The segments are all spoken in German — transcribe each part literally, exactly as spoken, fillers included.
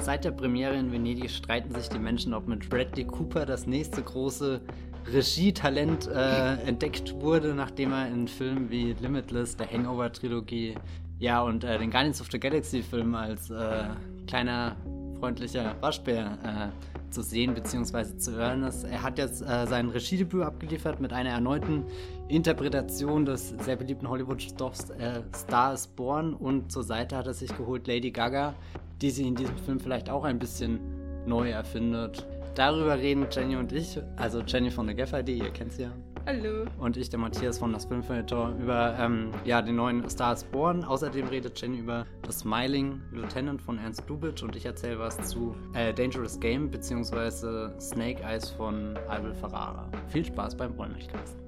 Seit der Premiere in Venedig streiten sich die Menschen, ob mit Bradley Cooper das nächste große Regietalent äh, entdeckt wurde, nachdem er in Filmen wie Limitless, der Hangover-Trilogie, ja, und äh, den Guardians of the Galaxy-Film als äh, kleiner, freundlicher Waschbär äh, zu sehen bzw. zu hören ist. Er hat jetzt äh, sein Regiedebüt abgeliefert mit einer erneuten Interpretation des sehr beliebten Hollywood-Stoffs äh, Star is Born, und zur Seite hat er sich geholt Lady Gaga, die sie in diesem Film vielleicht auch ein bisschen neu erfindet. Darüber reden Jenny und ich, also Jenny von der Gaffer punkt de, ihr kennt sie ja. Hallo. Und ich, der Matthias von das Filmfeuilleton, über ähm, ja, den neuen Star is Born. Außerdem redet Jenny über das Smiling Lieutenant von Ernst Lubitsch und ich erzähle was zu äh, Dangerous Game bzw. Snake Eyes von Abel Ferrara. Viel Spaß beim Wollmilchcast.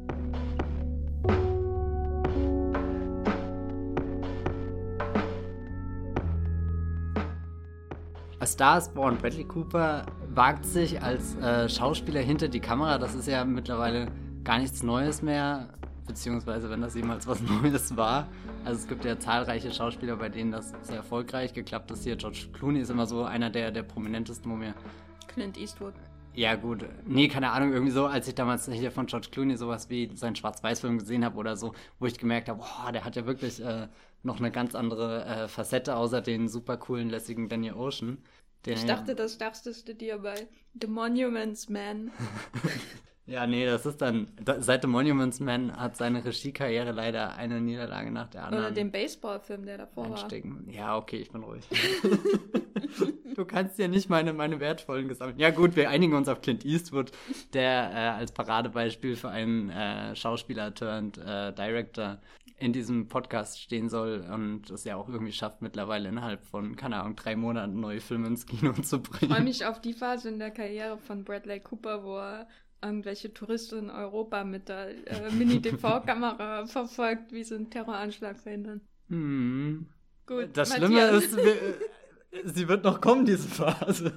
A Star is Born. Bradley Cooper wagt sich als äh, Schauspieler hinter die Kamera. Das ist ja mittlerweile gar nichts Neues mehr, beziehungsweise wenn das jemals was Neues war. Also es gibt ja zahlreiche Schauspieler, bei denen das sehr erfolgreich geklappt ist. Hier George Clooney ist immer so einer der, der prominentesten, wo mir... Clint Eastwood. Ja gut, nee, keine Ahnung, irgendwie so, als ich damals hier von George Clooney sowas wie seinen Schwarz-Weiß-Film gesehen habe oder so, wo ich gemerkt habe, boah, der hat ja wirklich äh, noch eine ganz andere äh, Facette, außer den super coolen, lässigen Danny Ocean. Ich dachte, das dachtest du dir bei The Monuments Man. Ja, nee, das ist dann, da, seit The Monuments Man hat seine Regiekarriere leider eine Niederlage nach der anderen. Oder den Baseballfilm, der davor einstecken. war. Ja, okay, ich bin ruhig. Du kannst ja nicht meine, meine wertvollen gesammelt. Ja gut, wir einigen uns auf Clint Eastwood, der äh, als Paradebeispiel für einen äh, Schauspieler turned äh, Director in diesem Podcast stehen soll und es ja auch irgendwie schafft, mittlerweile innerhalb von, keine Ahnung, drei Monaten neue Filme ins Kino zu bringen. Ich freue mich auf die Phase in der Karriere von Bradley Cooper, wo er irgendwelche Touristen in Europa mit der äh, Mini-D V-Kamera verfolgt, wie sie einen Terroranschlag verhindern. Hm. Gut, das Matthias. Schlimme ist, wir, sie wird noch kommen, diese Phase.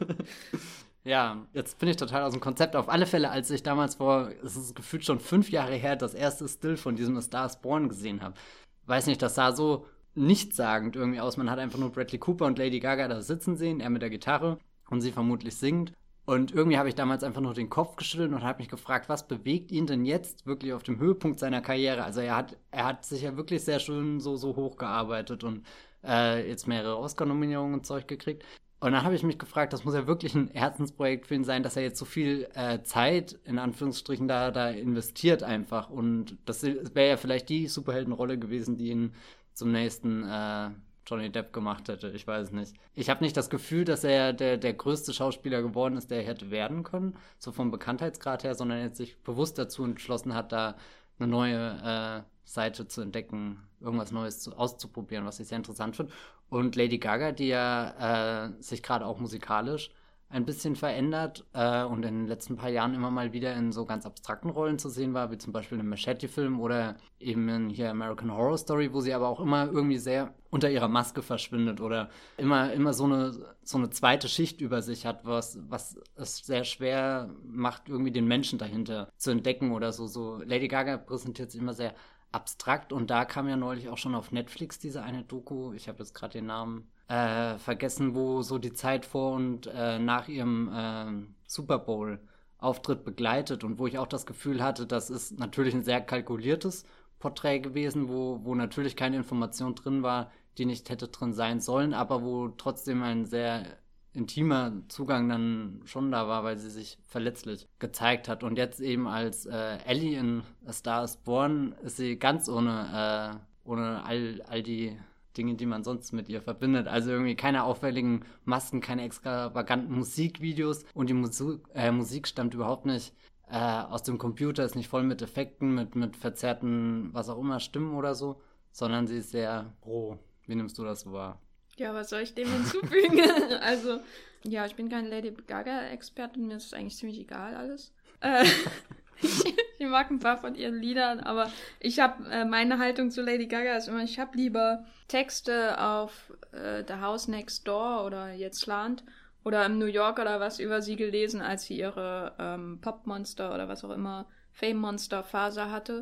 Ja, jetzt bin ich total aus dem Konzept. Auf alle Fälle, als ich damals vor, es ist gefühlt schon fünf Jahre her, das erste Still von diesem A Star is Born gesehen habe. Weiß nicht, das sah so nichtssagend irgendwie aus. Man hat einfach nur Bradley Cooper und Lady Gaga da sitzen sehen, er mit der Gitarre und sie vermutlich singt. Und irgendwie habe ich damals einfach nur den Kopf geschüttelt und habe mich gefragt, was bewegt ihn denn jetzt wirklich auf dem Höhepunkt seiner Karriere? Also er hat, er hat sich ja wirklich sehr schön so, so hochgearbeitet und äh, jetzt mehrere Oscar-Nominierungen und Zeug gekriegt. Und dann habe ich mich gefragt, das muss ja wirklich ein Herzensprojekt für ihn sein, dass er jetzt so viel äh, Zeit, in Anführungsstrichen, da, da investiert einfach. Und das wäre ja vielleicht die Superheldenrolle gewesen, die ihn zum nächsten äh, Johnny Depp gemacht hätte. Ich weiß es nicht. Ich habe nicht das Gefühl, dass er der, der größte Schauspieler geworden ist, der er hätte werden können, so vom Bekanntheitsgrad her, sondern er sich bewusst dazu entschlossen hat, da eine neue äh, Seite zu entdecken, irgendwas Neues zu, auszuprobieren, was ich sehr interessant finde. Und Lady Gaga, die ja äh, sich gerade auch musikalisch ein bisschen verändert äh, und in den letzten paar Jahren immer mal wieder in so ganz abstrakten Rollen zu sehen war, wie zum Beispiel im Machete-Film oder eben in hier American Horror Story, wo sie aber auch immer irgendwie sehr unter ihrer Maske verschwindet oder immer, immer so eine, so eine zweite Schicht über sich hat, was, was es sehr schwer macht, irgendwie den Menschen dahinter zu entdecken oder so. so. Lady Gaga präsentiert sich immer sehr abstrakt und da kam ja neulich auch schon auf Netflix diese eine Doku, ich habe jetzt gerade den Namen äh, vergessen, wo so die Zeit vor und äh, nach ihrem äh, Super Bowl Auftritt begleitet und wo ich auch das Gefühl hatte, das ist natürlich ein sehr kalkuliertes Porträt gewesen, wo, wo natürlich keine Information drin war, die nicht hätte drin sein sollen, aber wo trotzdem ein sehr intimer Zugang dann schon da war, weil sie sich verletzlich gezeigt hat. Und jetzt eben als äh, Ellie in A Star is Born ist sie ganz ohne, äh, ohne all, all die Dinge, die man sonst mit ihr verbindet. Also irgendwie keine auffälligen Masken, keine extravaganten Musikvideos und die Musik, äh, Musik stammt überhaupt nicht äh, aus dem Computer, ist nicht voll mit Effekten, mit, mit verzerrten, was auch immer, Stimmen oder so, sondern sie ist sehr roh. Wie nimmst du das so wahr? Ja, was soll ich dem hinzufügen? Also, ja, ich bin keine Lady Gaga-Expertin, mir ist es eigentlich ziemlich egal alles. Äh, ich, ich mag ein paar von ihren Liedern, aber ich habe, äh, meine Haltung zu Lady Gaga ist immer, ich habe lieber Texte auf äh, The House Next Door oder Jetzt Land oder im New York oder was über sie gelesen, als sie ihre ähm, Popmonster oder was auch immer, Fame-Monster-Phase hatte.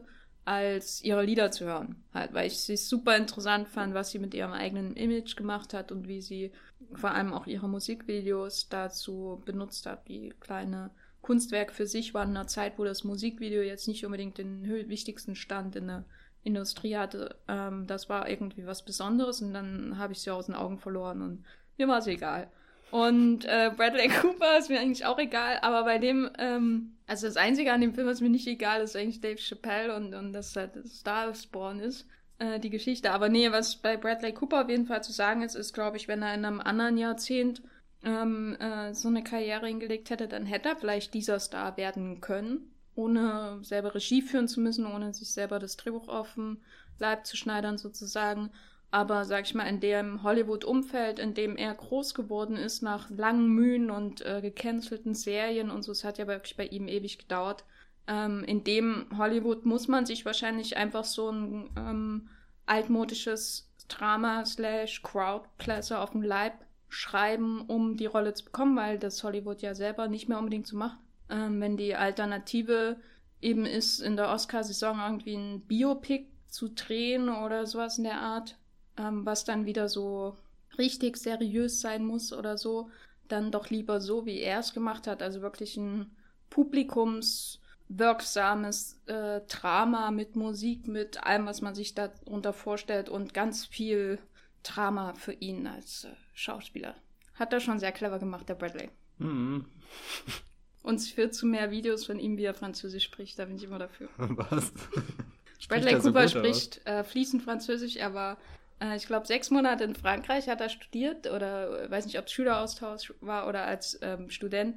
als ihre Lieder zu hören. Halt, weil ich sie super interessant fand, was sie mit ihrem eigenen Image gemacht hat und wie sie vor allem auch ihre Musikvideos dazu benutzt hat, wie kleine Kunstwerk für sich war in einer Zeit, wo das Musikvideo jetzt nicht unbedingt den hö- wichtigsten Stand in der Industrie hatte. Ähm, das war irgendwie was Besonderes und dann habe ich sie aus den Augen verloren und mir war es egal. Und äh, Bradley Cooper ist mir eigentlich auch egal, aber bei dem, ähm, also das Einzige an dem Film, was mir nicht egal ist, ist eigentlich Dave Chappelle und, und dass halt Star Spawn ist, äh, die Geschichte. Aber nee, was bei Bradley Cooper auf jeden Fall zu sagen ist, ist, glaube ich, wenn er in einem anderen Jahrzehnt ähm, äh, so eine Karriere hingelegt hätte, dann hätte er vielleicht dieser Star werden können, ohne selber Regie führen zu müssen, ohne sich selber das Drehbuch auf den Leib zu schneidern sozusagen. Aber, sag ich mal, in dem Hollywood-Umfeld, in dem er groß geworden ist, nach langen Mühen und äh, gecancelten Serien und so, es hat ja wirklich bei ihm ewig gedauert, ähm, in dem Hollywood muss man sich wahrscheinlich einfach so ein ähm, altmodisches Drama slash Crowdpleaser auf den Leib schreiben, um die Rolle zu bekommen, weil das Hollywood ja selber nicht mehr unbedingt so macht. Ähm, wenn die Alternative eben ist, in der Oscar-Saison irgendwie ein Biopic zu drehen oder sowas in der Art, ähm, was dann wieder so richtig seriös sein muss oder so, dann doch lieber so, wie er es gemacht hat, also wirklich ein publikumswirksames äh, Drama mit Musik, mit allem, was man sich darunter vorstellt und ganz viel Drama für ihn als äh, Schauspieler. Hat er schon sehr clever gemacht, der Bradley. Mhm. Und es führt zu mehr Videos von ihm, wie er Französisch spricht, da bin ich immer dafür. Was? Bradley Cooper so spricht äh, fließend Französisch, er war, äh, ich glaube, sechs Monate in Frankreich hat er studiert oder äh, weiß nicht, ob es Schüleraustausch war oder als ähm, Student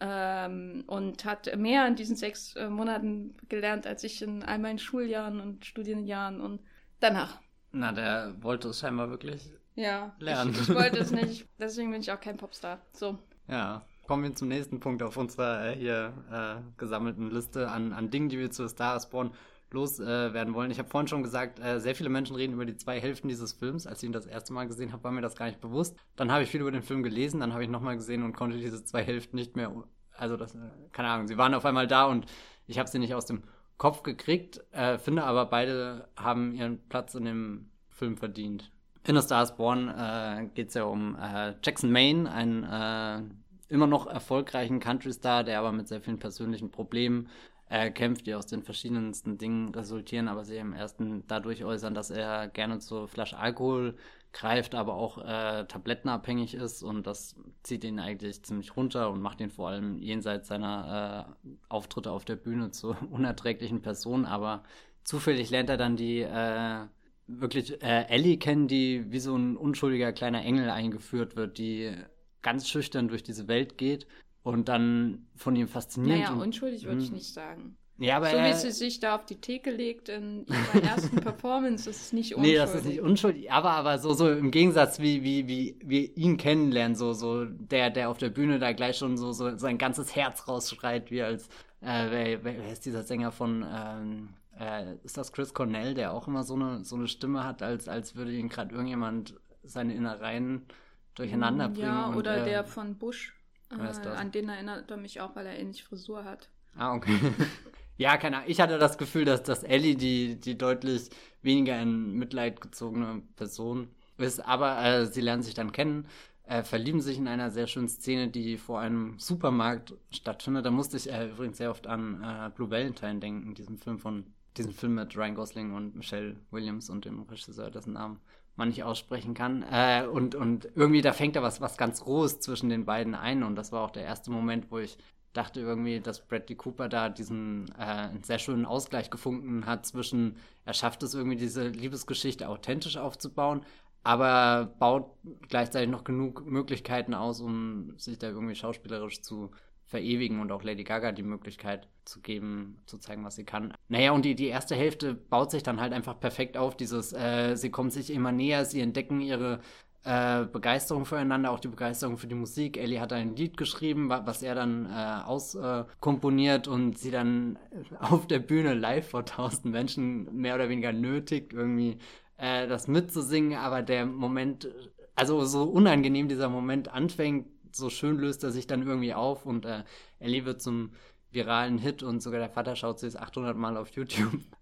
ähm, und hat mehr in diesen sechs äh, Monaten gelernt, als ich in all meinen Schuljahren und Studienjahren und danach. Na, der wollte es scheinbar wirklich ja, lernen. Ich, ich wollte es nicht, deswegen bin ich auch kein Popstar. So. Ja. Kommen wir zum nächsten Punkt auf unserer äh, hier äh, gesammelten Liste an, an Dingen, die wir zu Star is Born loswerden äh, wollen. Ich habe vorhin schon gesagt, äh, sehr viele Menschen reden über die zwei Hälften dieses Films. Als ich ihn das erste Mal gesehen habe, war mir das gar nicht bewusst. Dann habe ich viel über den Film gelesen, dann habe ich nochmal gesehen und konnte diese zwei Hälften nicht mehr, also das, äh, keine Ahnung, sie waren auf einmal da und ich habe sie nicht aus dem Kopf gekriegt, äh, finde aber beide haben ihren Platz in dem Film verdient. In A Star is Born äh, geht es ja um äh, Jackson Maine, ein äh, immer noch erfolgreichen Country-Star, der aber mit sehr vielen persönlichen Problemen äh, kämpft, die aus den verschiedensten Dingen resultieren, aber sich im ersten dadurch äußern, dass er gerne zur Flasche Alkohol greift, aber auch äh, tablettenabhängig ist und das zieht ihn eigentlich ziemlich runter und macht ihn vor allem jenseits seiner äh, Auftritte auf der Bühne zu unerträglichen Person, aber zufällig lernt er dann die äh, wirklich äh, Ellie kennen, die wie so ein unschuldiger kleiner Engel eingeführt wird, die ganz schüchtern durch diese Welt geht und dann von ihm fasziniert. Naja, unschuldig würde ich nicht sagen. Ja, aber so wie er, sie sich da auf die Theke legt in ihrer ersten Performance, ist es nicht unschuldig. Nee, das ist nicht unschuldig, aber, aber so, so im Gegensatz, wie, wie, wie wir ihn kennenlernen, so, so der, der auf der Bühne da gleich schon so, so sein ganzes Herz rausschreit, wie als, äh, wer, wer ist dieser Sänger von, ähm, äh, ist das Chris Cornell, der auch immer so eine, so eine Stimme hat, als, als würde ihn gerade irgendjemand seine Innereien durcheinander bringen. Ja, oder und, äh, der von Bush, äh, wer ist das? an den erinnert er mich auch, weil er ähnlich Frisur hat. Ah, okay. Ja, keine Ahnung. Ich hatte das Gefühl, dass, dass Ellie die, die deutlich weniger in Mitleid gezogene Person ist, aber äh, sie lernen sich dann kennen, äh, verlieben sich in einer sehr schönen Szene, die vor einem Supermarkt stattfindet. Da musste ich äh, übrigens sehr oft an äh, Blue Valentine denken, diesen Film von diesen Film mit Ryan Gosling und Michelle Williams und dem Regisseur, dessen Namen man nicht aussprechen kann. Äh, und, und irgendwie, da fängt da was, was ganz Rohes zwischen den beiden ein. Und das war auch der erste Moment, wo ich dachte irgendwie, dass Bradley Cooper da diesen äh, einen sehr schönen Ausgleich gefunden hat zwischen, er schafft es irgendwie, diese Liebesgeschichte authentisch aufzubauen, aber baut gleichzeitig noch genug Möglichkeiten aus, um sich da irgendwie schauspielerisch zu verewigen und auch Lady Gaga die Möglichkeit zu geben, zu zeigen, was sie kann. Naja, und die, die erste Hälfte baut sich dann halt einfach perfekt auf, dieses, äh, sie kommen sich immer näher, sie entdecken ihre äh, Begeisterung füreinander, auch die Begeisterung für die Musik. Ellie hat ein Lied geschrieben, was er dann äh, auskomponiert äh, und sie dann auf der Bühne live vor tausend Menschen mehr oder weniger nötigt, irgendwie äh, das mitzusingen, aber der Moment, also so unangenehm dieser Moment anfängt, so schön löst er sich dann irgendwie auf und äh, Ellie wird zum viralen Hit und sogar der Vater schaut sich das achthundert Mal auf YouTube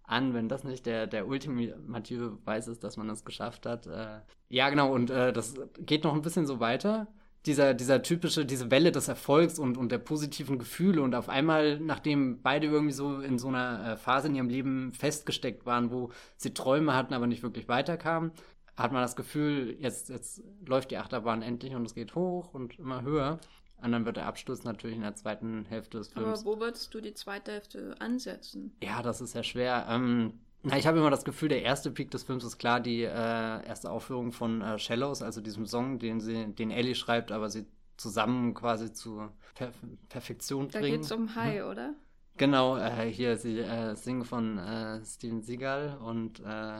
an, wenn das nicht der, der ultimative Beweis ist, dass man das geschafft hat. Äh, ja, genau, und äh, das geht noch ein bisschen so weiter. Dieser, dieser typische, diese Welle des Erfolgs und, und der positiven Gefühle und auf einmal, nachdem beide irgendwie so in so einer äh, Phase in ihrem Leben festgesteckt waren, wo sie Träume hatten, aber nicht wirklich weiterkamen, hat man das Gefühl, jetzt, jetzt läuft die Achterbahn endlich und es geht hoch und immer höher. Und dann wird der Abschluss natürlich in der zweiten Hälfte des Films. Aber wo würdest du die zweite Hälfte ansetzen? Ja, das ist ja schwer. Ähm, na, ich habe immer das Gefühl, der erste Peak des Films ist klar die äh, erste Aufführung von äh, Shallows, also diesem Song, den sie, den Ellie schreibt, aber sie zusammen quasi zur Perf- Perfektion bringen. Da geht's um Hai, hm. oder? Genau, äh, hier, sie äh, singen von äh, Steven Seagal und äh,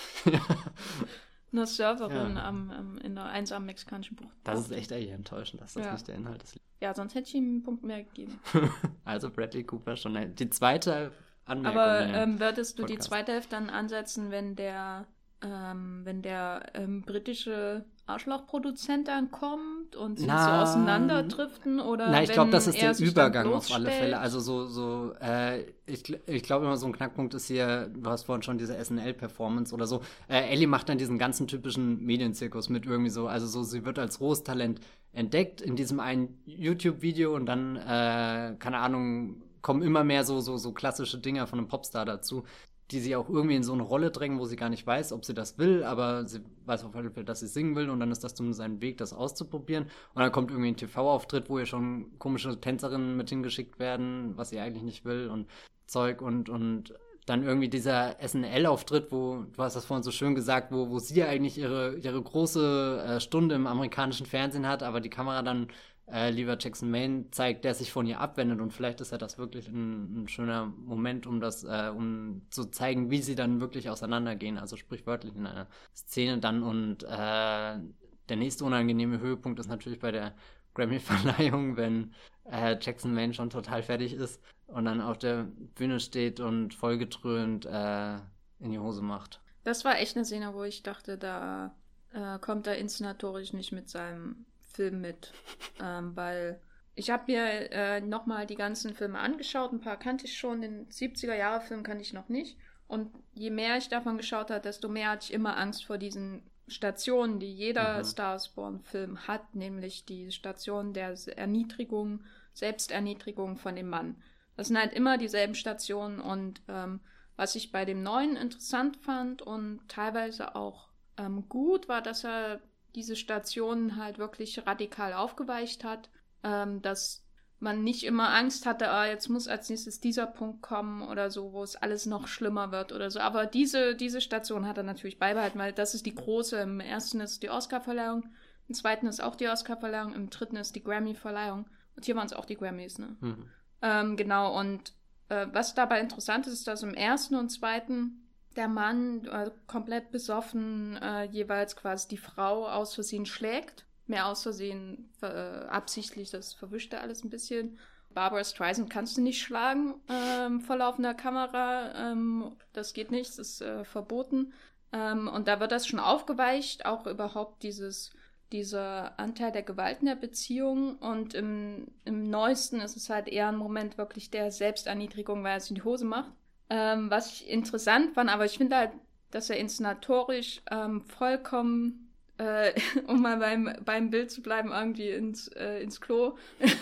eine Surferin ja. am, am, in der einsamen mexikanischen Bucht. Das ist echt ehrlich enttäuschend, dass das ja. nicht der Inhalt ist. Ja, sonst hätte ich ihm einen Punkt mehr gegeben. Also Bradley Cooper schon. Die zweite Anmerkung. Aber ähm, würdest du Podcast. Die zweite Hälfte dann ansetzen, wenn der, ähm, wenn der ähm, britische Arschlochproduzent dann kommt und sie na, so auseinanderdriften? Oder na, ich glaube, das ist der Übergang auf alle stellt? Fälle. Also so, so äh, ich, ich glaube immer so ein Knackpunkt ist hier, du hast vorhin schon diese S N L-Performance oder so. Äh, Ellie macht dann diesen ganzen typischen Medienzirkus mit irgendwie so, also so, sie wird als rohes Talent entdeckt in diesem einen YouTube-Video und dann, äh, keine Ahnung, kommen immer mehr so, so, so klassische Dinger von einem Popstar dazu, die sie auch irgendwie in so eine Rolle drängen, wo sie gar nicht weiß, ob sie das will, aber sie weiß auf jeden Fall, dass sie singen will und dann ist das zumindest ein Weg, das auszuprobieren. Und dann kommt irgendwie ein T V-Auftritt, wo ihr schon komische Tänzerinnen mit hingeschickt werden, was sie eigentlich nicht will und Zeug und, und dann irgendwie dieser S N L-Auftritt, wo, du hast das vorhin so schön gesagt, wo, wo sie eigentlich ihre, ihre große äh, Stunde im amerikanischen Fernsehen hat, aber die Kamera dann Äh, lieber Jackson Maine zeigt, der sich von ihr abwendet und vielleicht ist ja das wirklich ein, ein schöner Moment, um das, äh, um zu zeigen, wie sie dann wirklich auseinandergehen, also sprichwörtlich in einer Szene dann und äh, der nächste unangenehme Höhepunkt ist natürlich bei der Grammy-Verleihung, wenn äh, Jackson Maine schon total fertig ist und dann auf der Bühne steht und vollgetrönt äh, in die Hose macht. Das war echt eine Szene, wo ich dachte, da äh, kommt er inszenatorisch nicht mit seinem Film mit, ähm, weil ich habe mir äh, nochmal die ganzen Filme angeschaut, ein paar kannte ich schon, den siebziger-Jahre-Film kannte ich noch nicht und je mehr ich davon geschaut habe, desto mehr hatte ich immer Angst vor diesen Stationen, die jeder mhm. Star is Born-Film hat, nämlich die Station der Erniedrigung, Selbsterniedrigung von dem Mann. Das sind halt immer dieselben Stationen und ähm, was ich bei dem Neuen interessant fand und teilweise auch ähm, gut, war, dass er diese Stationen halt wirklich radikal aufgeweicht hat, ähm, dass man nicht immer Angst hatte, ah, jetzt muss als nächstes dieser Punkt kommen oder so, wo es alles noch schlimmer wird oder so. Aber diese, diese Station hat er natürlich beibehalten, weil das ist die große. Im ersten ist die Oscar-Verleihung, im zweiten ist auch die Oscar-Verleihung, im dritten ist die Grammy-Verleihung. Und hier waren es auch die Grammys, ne? Mhm. Ähm, genau, und äh, was dabei interessant ist, ist, dass im ersten und zweiten der Mann äh, komplett besoffen äh, jeweils quasi die Frau aus Versehen schlägt. Mehr aus Versehen äh, absichtlich, das verwischt er alles ein bisschen. Barbara Streisand kannst du nicht schlagen ähm, vor laufender Kamera. Ähm, das geht nicht, das ist äh, verboten. Ähm, und da wird das schon aufgeweicht, auch überhaupt dieses, dieser Anteil der Gewalt in der Beziehung. Und im, im Neuesten ist es halt eher ein Moment wirklich der Selbsterniedrigung, weil er es in die Hose macht. Ähm, was ich interessant fand, aber ich finde halt, dass er inszenatorisch ähm, vollkommen, äh, um mal beim, beim Bild zu bleiben, irgendwie ins, äh, ins Klo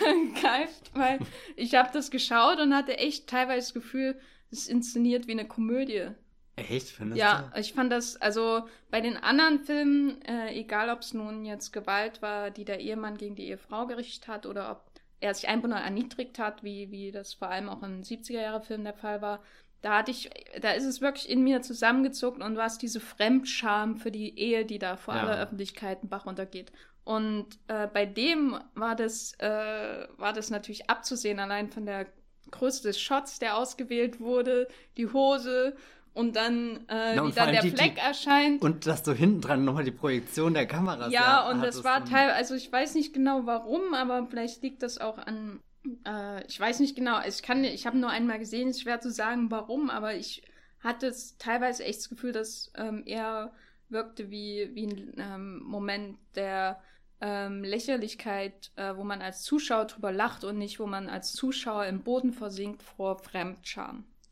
greift, weil ich habe das geschaut und hatte echt teilweise das Gefühl, es ist inszeniert wie eine Komödie. Echt? Findest ja, du? Ich fand das, also bei den anderen Filmen, äh, egal ob es nun jetzt Gewalt war, die der Ehemann gegen die Ehefrau gerichtet hat oder ob er sich einfach nur erniedrigt hat, wie, wie das vor allem auch in siebziger-Jahre-Filmen der Fall war, Da hatte ich, da ist es wirklich in mir zusammengezuckt und du hast diese Fremdscham für die Ehe, die da vor ja. aller Öffentlichkeit einen Bach runtergeht. Und äh, bei dem war das, äh, war das natürlich abzusehen, allein von der Größe des Shots, der ausgewählt wurde, die Hose und dann, äh, ja, und wie dann der die, Fleck die, erscheint. Und dass du hinten dran nochmal die Projektion der Kameras Ja, ja und das war teilweise, also ich weiß nicht genau warum, aber vielleicht liegt das auch an Äh, ich weiß nicht genau, ich kann, ich habe nur einmal gesehen, es ist schwer zu sagen, warum, aber ich hatte es teilweise echt das Gefühl, dass ähm, er wirkte wie, wie ein ähm, Moment der ähm, Lächerlichkeit, äh, wo man als Zuschauer drüber lacht und nicht, wo man als Zuschauer im Boden versinkt vor Fremdscham.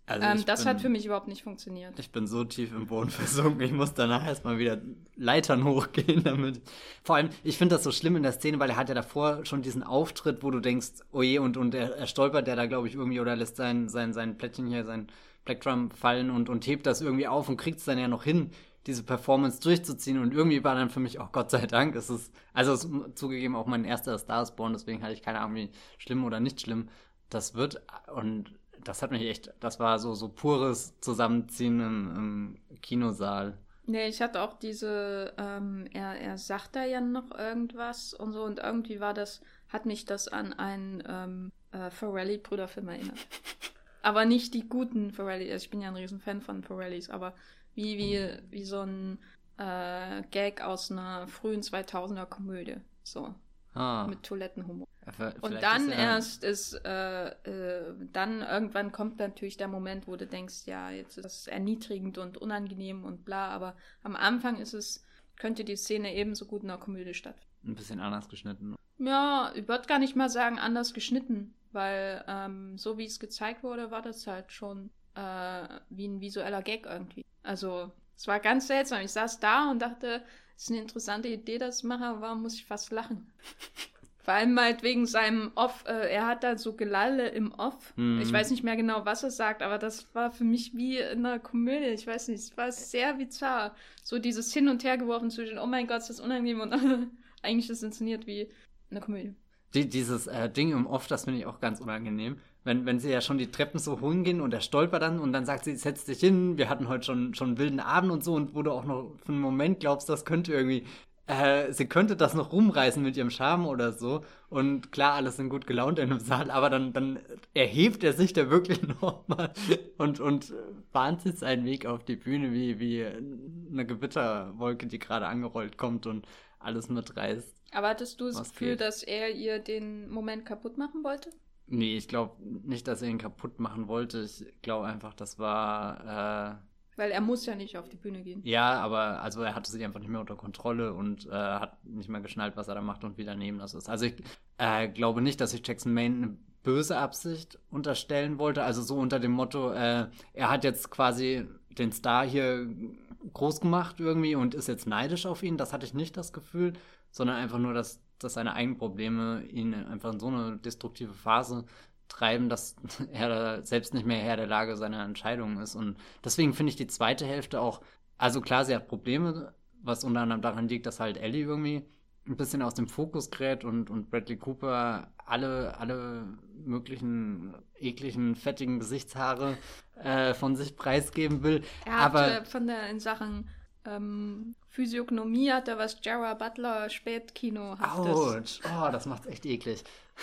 Also ähm, ich das bin, hat für mich überhaupt nicht funktioniert. Ich bin so tief im Boden versunken, ich muss danach erstmal wieder Leitern hochgehen damit. Vor allem, ich finde das so schlimm in der Szene, weil er hat ja davor schon diesen Auftritt, wo du denkst, oh je, und, und er, er stolpert ja da, glaube ich, irgendwie oder lässt sein, sein, sein Plättchen hier, sein Plectrum fallen und, und hebt das irgendwie auf und kriegt es dann ja noch hin, diese Performance durchzuziehen. Und irgendwie war dann für mich, oh Gott sei Dank, es ist, also es ist zugegeben auch mein erster Star is Born, deswegen hatte ich keine Ahnung, wie schlimm oder nicht schlimm das wird. Und das hat mich echt, das war so, so pures Zusammenziehen im, im Kinosaal. Nee, ich hatte auch diese, ähm, er, er sagt da ja noch irgendwas und so und irgendwie war das, hat mich das an einen ähm, äh, Farrelly-Brüderfilm erinnert. Aber nicht die guten Farrelly, also ich bin ja ein riesen Fan von Farrellys, aber wie, wie, wie so ein äh, Gag aus einer frühen zweitausender Komödie, so, Ah. mit Toilettenhumor. Vielleicht Und ist dann ja- erst ist, äh, äh, dann irgendwann kommt natürlich der Moment, wo du denkst, ja, jetzt ist das erniedrigend und unangenehm und bla, aber am Anfang ist es, könnte die Szene ebenso gut in einer Komödie stattfinden. ein bisschen anders geschnitten. Ja, ich würde gar nicht mal sagen, anders geschnitten, weil ähm, so wie es gezeigt wurde, war das halt schon äh, wie ein visueller Gag irgendwie. Also, es war ganz seltsam. Ich saß da und dachte, das ist eine interessante Idee, das zu machen, aber warum muss ich fast lachen? Vor allem halt wegen seinem Off, äh, er hat da so Gelalle im Off. Mhm. Ich weiß nicht mehr genau, was er sagt, aber das war für mich wie in einer Komödie. Ich weiß nicht, es war sehr bizarr. So dieses Hin- und Hergeworfen zwischen, oh mein Gott, ist das unangenehm und eigentlich ist es inszeniert wie eine Komödie. Die, dieses äh, Ding im Off, das finde ich auch ganz unangenehm. Wenn, wenn sie ja schon die Treppen so hochgehen und er stolpert dann und dann sagt sie, setz dich hin, wir hatten heute schon, schon einen wilden Abend und so und wo du auch noch für einen Moment glaubst, das könnte irgendwie, äh, sie könnte das noch rumreißen mit ihrem Charme oder so. Und klar, alles sind gut gelaunt in dem Saal, aber dann, dann erhebt er sich da wirklich nochmal und, und bahnt sich seinen Weg auf die Bühne wie, wie eine Gewitterwolke, die gerade angerollt kommt und alles mitreißt. Aber hattest du das Was Gefühl, geht? dass er ihr den Moment kaputt machen wollte? Nee, ich glaube nicht, dass er ihn kaputt machen wollte. Ich glaube einfach, das war, äh, Weil er muss ja nicht auf die Bühne gehen. ja, aber also er hatte sich einfach nicht mehr unter Kontrolle und äh, hat nicht mehr geschnallt, was er da macht und wieder nehmen das ist. Also ich äh, glaube nicht, dass ich Jackson Maine eine böse Absicht unterstellen wollte. Also so unter dem Motto, äh, er hat jetzt quasi den Star hier groß gemacht irgendwie und ist jetzt neidisch auf ihn. Das hatte ich nicht das Gefühl, sondern einfach nur, dass, dass seine eigenen Probleme ihn einfach in so eine destruktive Phase treiben, dass er da selbst nicht mehr Herr der Lage seiner Entscheidungen ist. Und deswegen finde ich die zweite Hälfte auch, also klar, sie hat Probleme, was unter anderem daran liegt, dass halt Ellie irgendwie ein bisschen aus dem Fokus gerät und, und Bradley Cooper alle, alle möglichen ekligen, fettigen Gesichtshaare äh, von sich preisgeben will. Er hat Aber äh, von der in Sachen ähm, Physiognomie hat er was Gerard Butler Spätkinohaftes. Autsch, oh, das macht's echt eklig.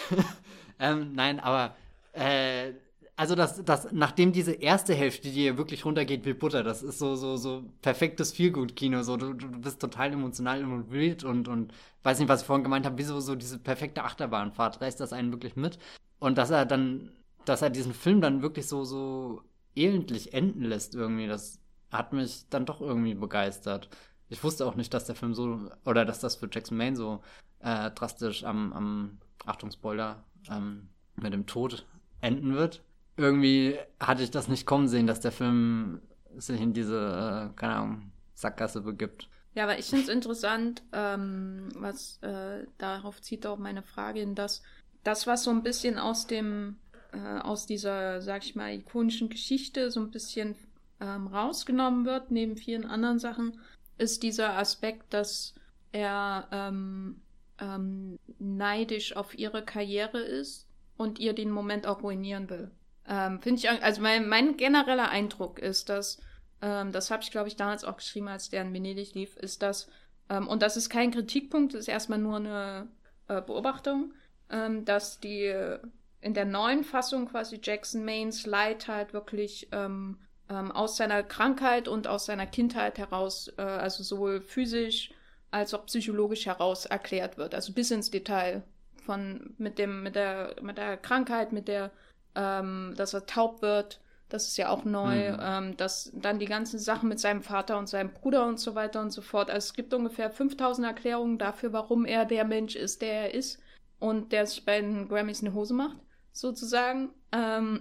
ähm, nein, aber äh, also das, das, nachdem diese erste Hälfte, die hier wirklich runtergeht wie Butter, das ist so, so, so perfektes Feelgood-Kino, so, du, du bist total emotional involviert und, und weiß nicht, was ich vorhin gemeint habe, wieso so diese perfekte Achterbahnfahrt, reißt das einen wirklich mit? Und dass er dann, dass er diesen Film dann wirklich so, so elendlich enden lässt irgendwie, das hat mich dann doch irgendwie begeistert. Ich wusste auch nicht, dass der Film so, oder dass das für Jackson Maine so äh, drastisch am, am Achtung, Spoiler, ähm, mit dem Tod enden wird. Irgendwie hatte ich das nicht kommen sehen, dass der Film sich in diese, äh, keine Ahnung, Sackgasse begibt. Ja, aber ich finde es interessant, ähm, was äh, darauf zieht auch meine Frage hin, dass das, was so ein bisschen aus dem, äh, aus dieser, sag ich mal, ikonischen Geschichte so ein bisschen ähm, rausgenommen wird, neben vielen anderen Sachen, ist dieser Aspekt, dass er ähm, ähm, neidisch auf ihre Karriere ist und ihr den Moment auch ruinieren will. Ähm, Finde ich, also mein, mein genereller Eindruck ist, dass, ähm, das habe ich glaube ich damals auch geschrieben, als der in Venedig lief, ist, dass, ähm, und das ist kein Kritikpunkt, das ist erstmal nur eine äh, Beobachtung, ähm, dass die äh, in der neuen Fassung quasi Jackson Maines Leid halt wirklich ähm, ähm, aus seiner Krankheit und aus seiner Kindheit heraus, äh, also sowohl physisch als auch psychologisch heraus erklärt wird, also bis ins Detail von mit dem mit der mit der Krankheit, mit der ähm, dass er taub wird, das ist ja auch neu, mhm. ähm, dass dann die ganzen Sachen mit seinem Vater und seinem Bruder und so weiter und so fort. Also es gibt ungefähr fünftausend Erklärungen dafür, warum er der Mensch ist, der er ist und der sich bei den Grammys eine Hose macht, sozusagen. Ähm,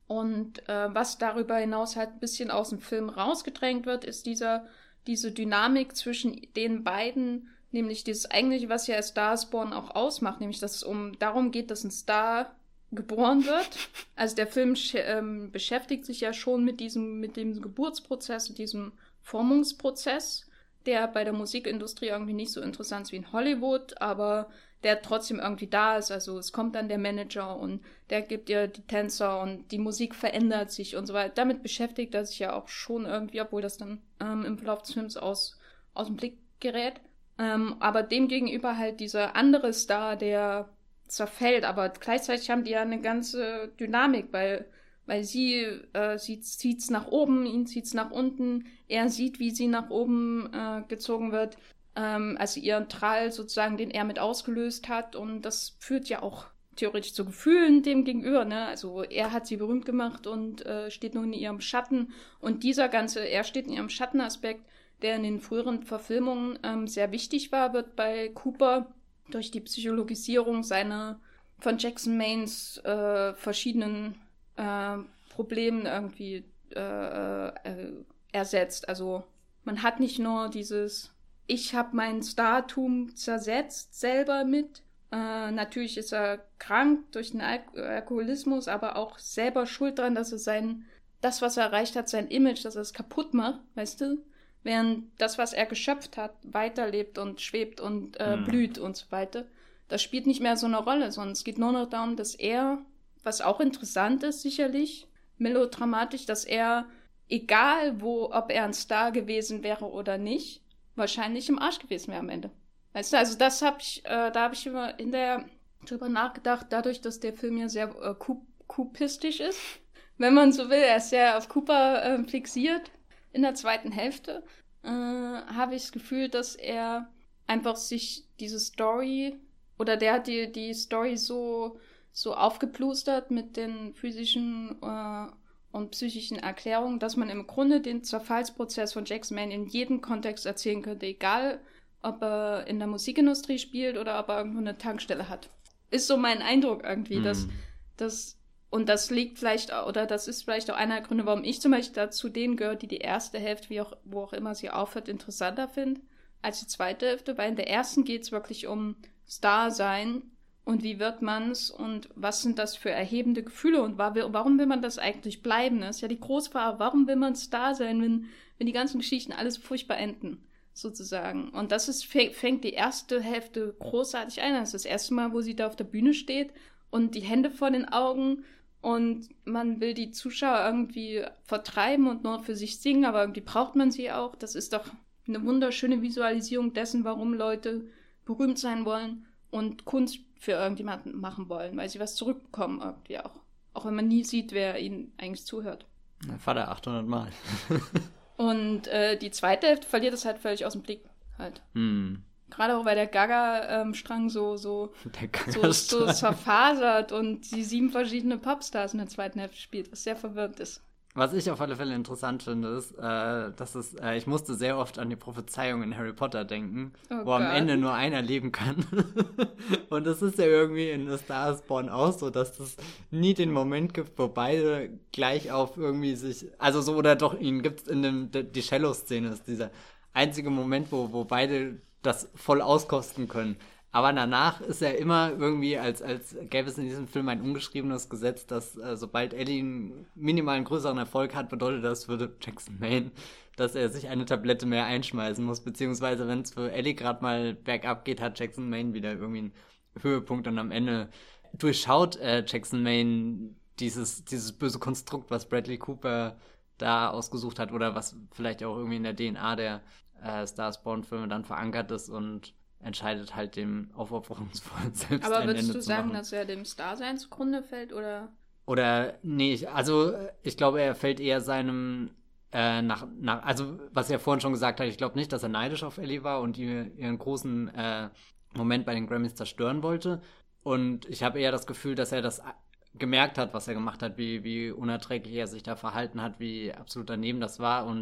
Und äh, was darüber hinaus halt ein bisschen aus dem Film rausgedrängt wird, ist dieser, diese Dynamik zwischen den beiden, nämlich dieses eigentliche, was ja Star is Born auch ausmacht, nämlich dass es um darum geht, dass ein Star geboren wird. Also der Film ähm, beschäftigt sich ja schon mit diesem, mit dem Geburtsprozess, mit diesem Formungsprozess, der bei der Musikindustrie irgendwie nicht so interessant ist wie in Hollywood, aber der trotzdem irgendwie da ist. Also es kommt dann der Manager und der gibt ihr die Tänzer und die Musik verändert sich und so weiter. Damit beschäftigt er sich ja auch schon irgendwie, obwohl das dann ähm, im Verlauf des Films aus, aus dem Blick gerät. Ähm, aber demgegenüber halt dieser andere Star, der zerfällt, aber gleichzeitig haben die ja eine ganze Dynamik, weil, weil sie, äh, sie zieht's nach oben, ihn zieht's nach unten, er sieht, wie sie nach oben äh, gezogen wird, ähm, also ihren Trall sozusagen, den er mit ausgelöst hat, und das führt ja auch theoretisch zu Gefühlen dem gegenüber, ne, also er hat sie berühmt gemacht und äh, steht nun in ihrem Schatten, und dieser ganze, er steht in ihrem Schattenaspekt, der in den früheren Verfilmungen ähm, sehr wichtig war, wird bei Cooper durch die Psychologisierung seiner von Jackson Maines äh, verschiedenen äh, Problemen irgendwie äh, äh, ersetzt. Also man hat nicht nur dieses, ich habe mein Startum zersetzt selber mit. Äh, natürlich ist er krank durch den Al- Alkoholismus, aber auch selber schuld dran, dass er sein, das, was er erreicht hat, sein Image, dass er es kaputt macht, weißt du? Während das, was er geschöpft hat, weiterlebt und schwebt und äh, mhm. blüht und so weiter. Das spielt nicht mehr so eine Rolle, sondern es geht nur noch darum, dass er, was auch interessant ist sicherlich, melodramatisch, dass er, egal wo, ob er ein Star gewesen wäre oder nicht, wahrscheinlich im Arsch gewesen wäre am Ende. Weißt du, also das habe ich, äh, da habe ich immer in der drüber nachgedacht, dadurch, dass der Film ja sehr äh, kupistisch ist, wenn man so will, er ist sehr auf Cooper äh, fixiert. In der zweiten Hälfte äh, habe ich das Gefühl, dass er einfach sich diese Story, oder der hat die, die Story so, so aufgeplustert mit den physischen äh, und psychischen Erklärungen, dass man im Grunde den Zerfallsprozess von Jackson Maine in jedem Kontext erzählen könnte, egal ob er in der Musikindustrie spielt oder ob er irgendwo eine Tankstelle hat. Ist so mein Eindruck irgendwie, mm. dass, dass und das liegt vielleicht, oder das ist vielleicht auch einer der Gründe, warum ich zum Beispiel dazu denen gehöre, die die erste Hälfte, wie auch, wo auch immer sie aufhört, interessanter finden als die zweite Hälfte, weil in der ersten geht es wirklich um Star sein und wie wird man's und was sind das für erhebende Gefühle und warum will man das eigentlich bleiben? Das ist ja die große Frage, warum will man Star sein, wenn, wenn die ganzen Geschichten alles furchtbar enden, sozusagen. Und das ist, fängt die erste Hälfte großartig ein. Das ist das erste Mal, wo sie da auf der Bühne steht und die Hände vor den Augen. Und man will die Zuschauer irgendwie vertreiben und nur für sich singen, aber irgendwie braucht man sie auch. Das ist doch eine wunderschöne Visualisierung dessen, warum Leute berühmt sein wollen und Kunst für irgendjemanden machen wollen, weil sie was zurückbekommen irgendwie auch. Auch wenn man nie sieht, wer ihnen eigentlich zuhört. Mein Vater achthundert Mal. Und äh, die zweite Hälfte verliert es halt völlig aus dem Blick halt. Hm. Gerade auch, weil der Gaga-Strang ähm, so, so, so, so zerfasert und die sieben verschiedene Popstars in der zweiten Hälfte spielt, was sehr verwirrend ist. Was ich auf alle Fälle interessant finde, ist, äh, dass es, äh, ich musste sehr oft an die Prophezeiung in Harry Potter denken, oh wo Gott. Am Ende nur einer leben kann. Und das ist ja irgendwie in A Star is Born auch so, dass es nie den Moment gibt, wo beide gleich auf irgendwie sich, also so, oder doch, ihn gibt es in dem, die Cello-Szene, ist dieser einzige Moment, wo, wo beide das voll auskosten können. Aber danach ist er immer irgendwie, als, als gäbe es in diesem Film ein ungeschriebenes Gesetz, dass äh, sobald Ellie einen minimalen größeren Erfolg hat, bedeutet das für Jackson Maine, dass er sich eine Tablette mehr einschmeißen muss, beziehungsweise wenn es für Ellie gerade mal bergab geht, hat Jackson Maine wieder irgendwie einen Höhepunkt und am Ende durchschaut äh, Jackson Maine dieses, dieses böse Konstrukt, was Bradley Cooper da ausgesucht hat oder was vielleicht auch irgendwie in der D N A der äh, Star is Born-Filme dann verankert ist und entscheidet halt dem aufopferungsvollen selbst Aber ein würdest Ende du zu sagen, machen. dass er dem Starsein zugrunde fällt, oder? Oder, nee, ich, also ich glaube, er fällt eher seinem äh, nach, nach, also was er vorhin schon gesagt hat, ich glaube nicht, dass er neidisch auf Ellie war und ihr, ihren großen äh, Moment bei den Grammys zerstören wollte. Und ich habe eher das Gefühl, dass er das gemerkt hat, was er gemacht hat, wie, wie unerträglich er sich da verhalten hat, wie absolut daneben das war und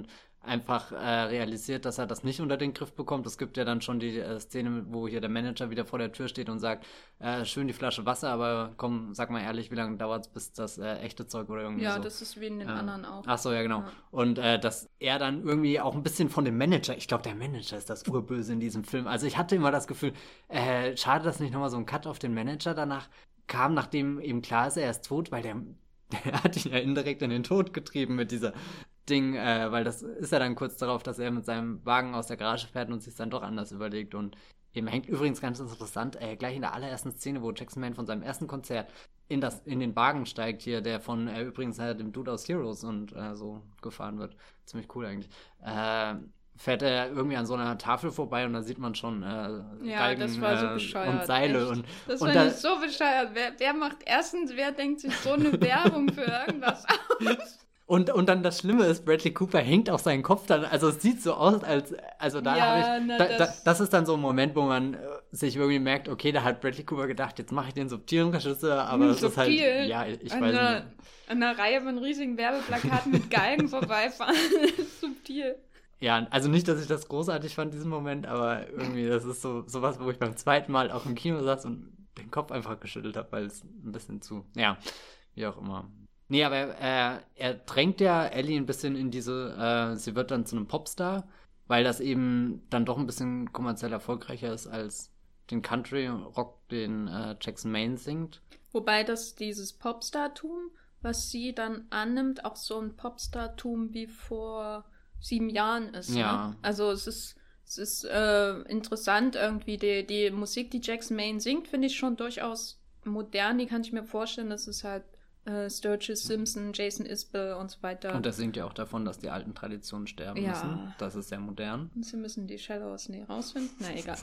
einfach äh, realisiert, dass er das nicht unter den Griff bekommt. Es gibt ja dann schon die äh, Szene, wo hier der Manager wieder vor der Tür steht und sagt, äh, schön die Flasche Wasser, aber komm, sag mal ehrlich, wie lange dauert es, bis das äh, echte Zeug oder irgendwie ja, so. Ja, das ist wie in den äh, anderen auch. Ach so, ja, genau. Ja. Und äh, dass er dann irgendwie auch ein bisschen von dem Manager, ich glaube, der Manager ist das Urböse in diesem Film. Also ich hatte immer das Gefühl, äh, schade, dass nicht nochmal so ein Cut auf den Manager danach kam, nachdem eben klar ist, er ist tot, weil der, der hat ihn ja indirekt in den Tod getrieben mit dieser Ding, äh, weil das ist ja dann kurz darauf, dass er mit seinem Wagen aus der Garage fährt und sich dann doch anders überlegt. Und eben hängt übrigens ganz interessant, äh, gleich in der allerersten Szene, wo Jackson Mann von seinem ersten Konzert in, das, in den Wagen steigt hier, der von äh, übrigens äh, dem Dude aus Heroes und äh, so gefahren wird. Ziemlich cool eigentlich. Äh, fährt er irgendwie an so einer Tafel vorbei und da sieht man schon äh, ja, Galgen, das war so äh, bescheuert, und Seile. echt. Und, das und war da, nicht so bescheuert. Wer, wer macht erstens, wer denkt sich so eine Werbung für irgendwas aus? Und, und dann das Schlimme ist, Bradley Cooper hängt auch seinen Kopf dann, also es sieht so aus, als, also da ja, habe ich, na, da, das, da, das ist dann so ein Moment, wo man äh, sich irgendwie merkt, okay, da hat Bradley Cooper gedacht, jetzt mache ich den subtilen Regisseur, aber es ist halt, ja, ich an weiß einer, nicht. An einer Reihe von riesigen Werbeplakaten mit Galgen vorbeifahren, subtil. Ja, also nicht, dass ich das großartig fand, diesen Moment, aber irgendwie, das ist so sowas, wo ich beim zweiten Mal auch im Kino saß und den Kopf einfach geschüttelt habe, weil es ein bisschen zu, ja, wie auch immer. Nee, aber er, er drängt ja Ellie ein bisschen in diese, äh, sie wird dann zu einem Popstar, weil das eben dann doch ein bisschen kommerziell erfolgreicher ist als den Country-Rock, den äh, Jackson Maine singt. Wobei das dieses Popstar-Tum, was sie dann annimmt, auch so ein Popstar-Tum wie vor sieben Jahren ist. Ja. Ne? Also es ist, es ist äh, interessant irgendwie, die, die Musik, die Jackson Maine singt, finde ich schon durchaus modern, die kann ich mir vorstellen, das ist halt Äh, Sturgis Simpson, Jason Isbell und so weiter. Und das singt ja auch davon, dass die alten Traditionen sterben ja. müssen. Das ist sehr modern. Sie müssen die Shallows nie rausfinden. Na, egal.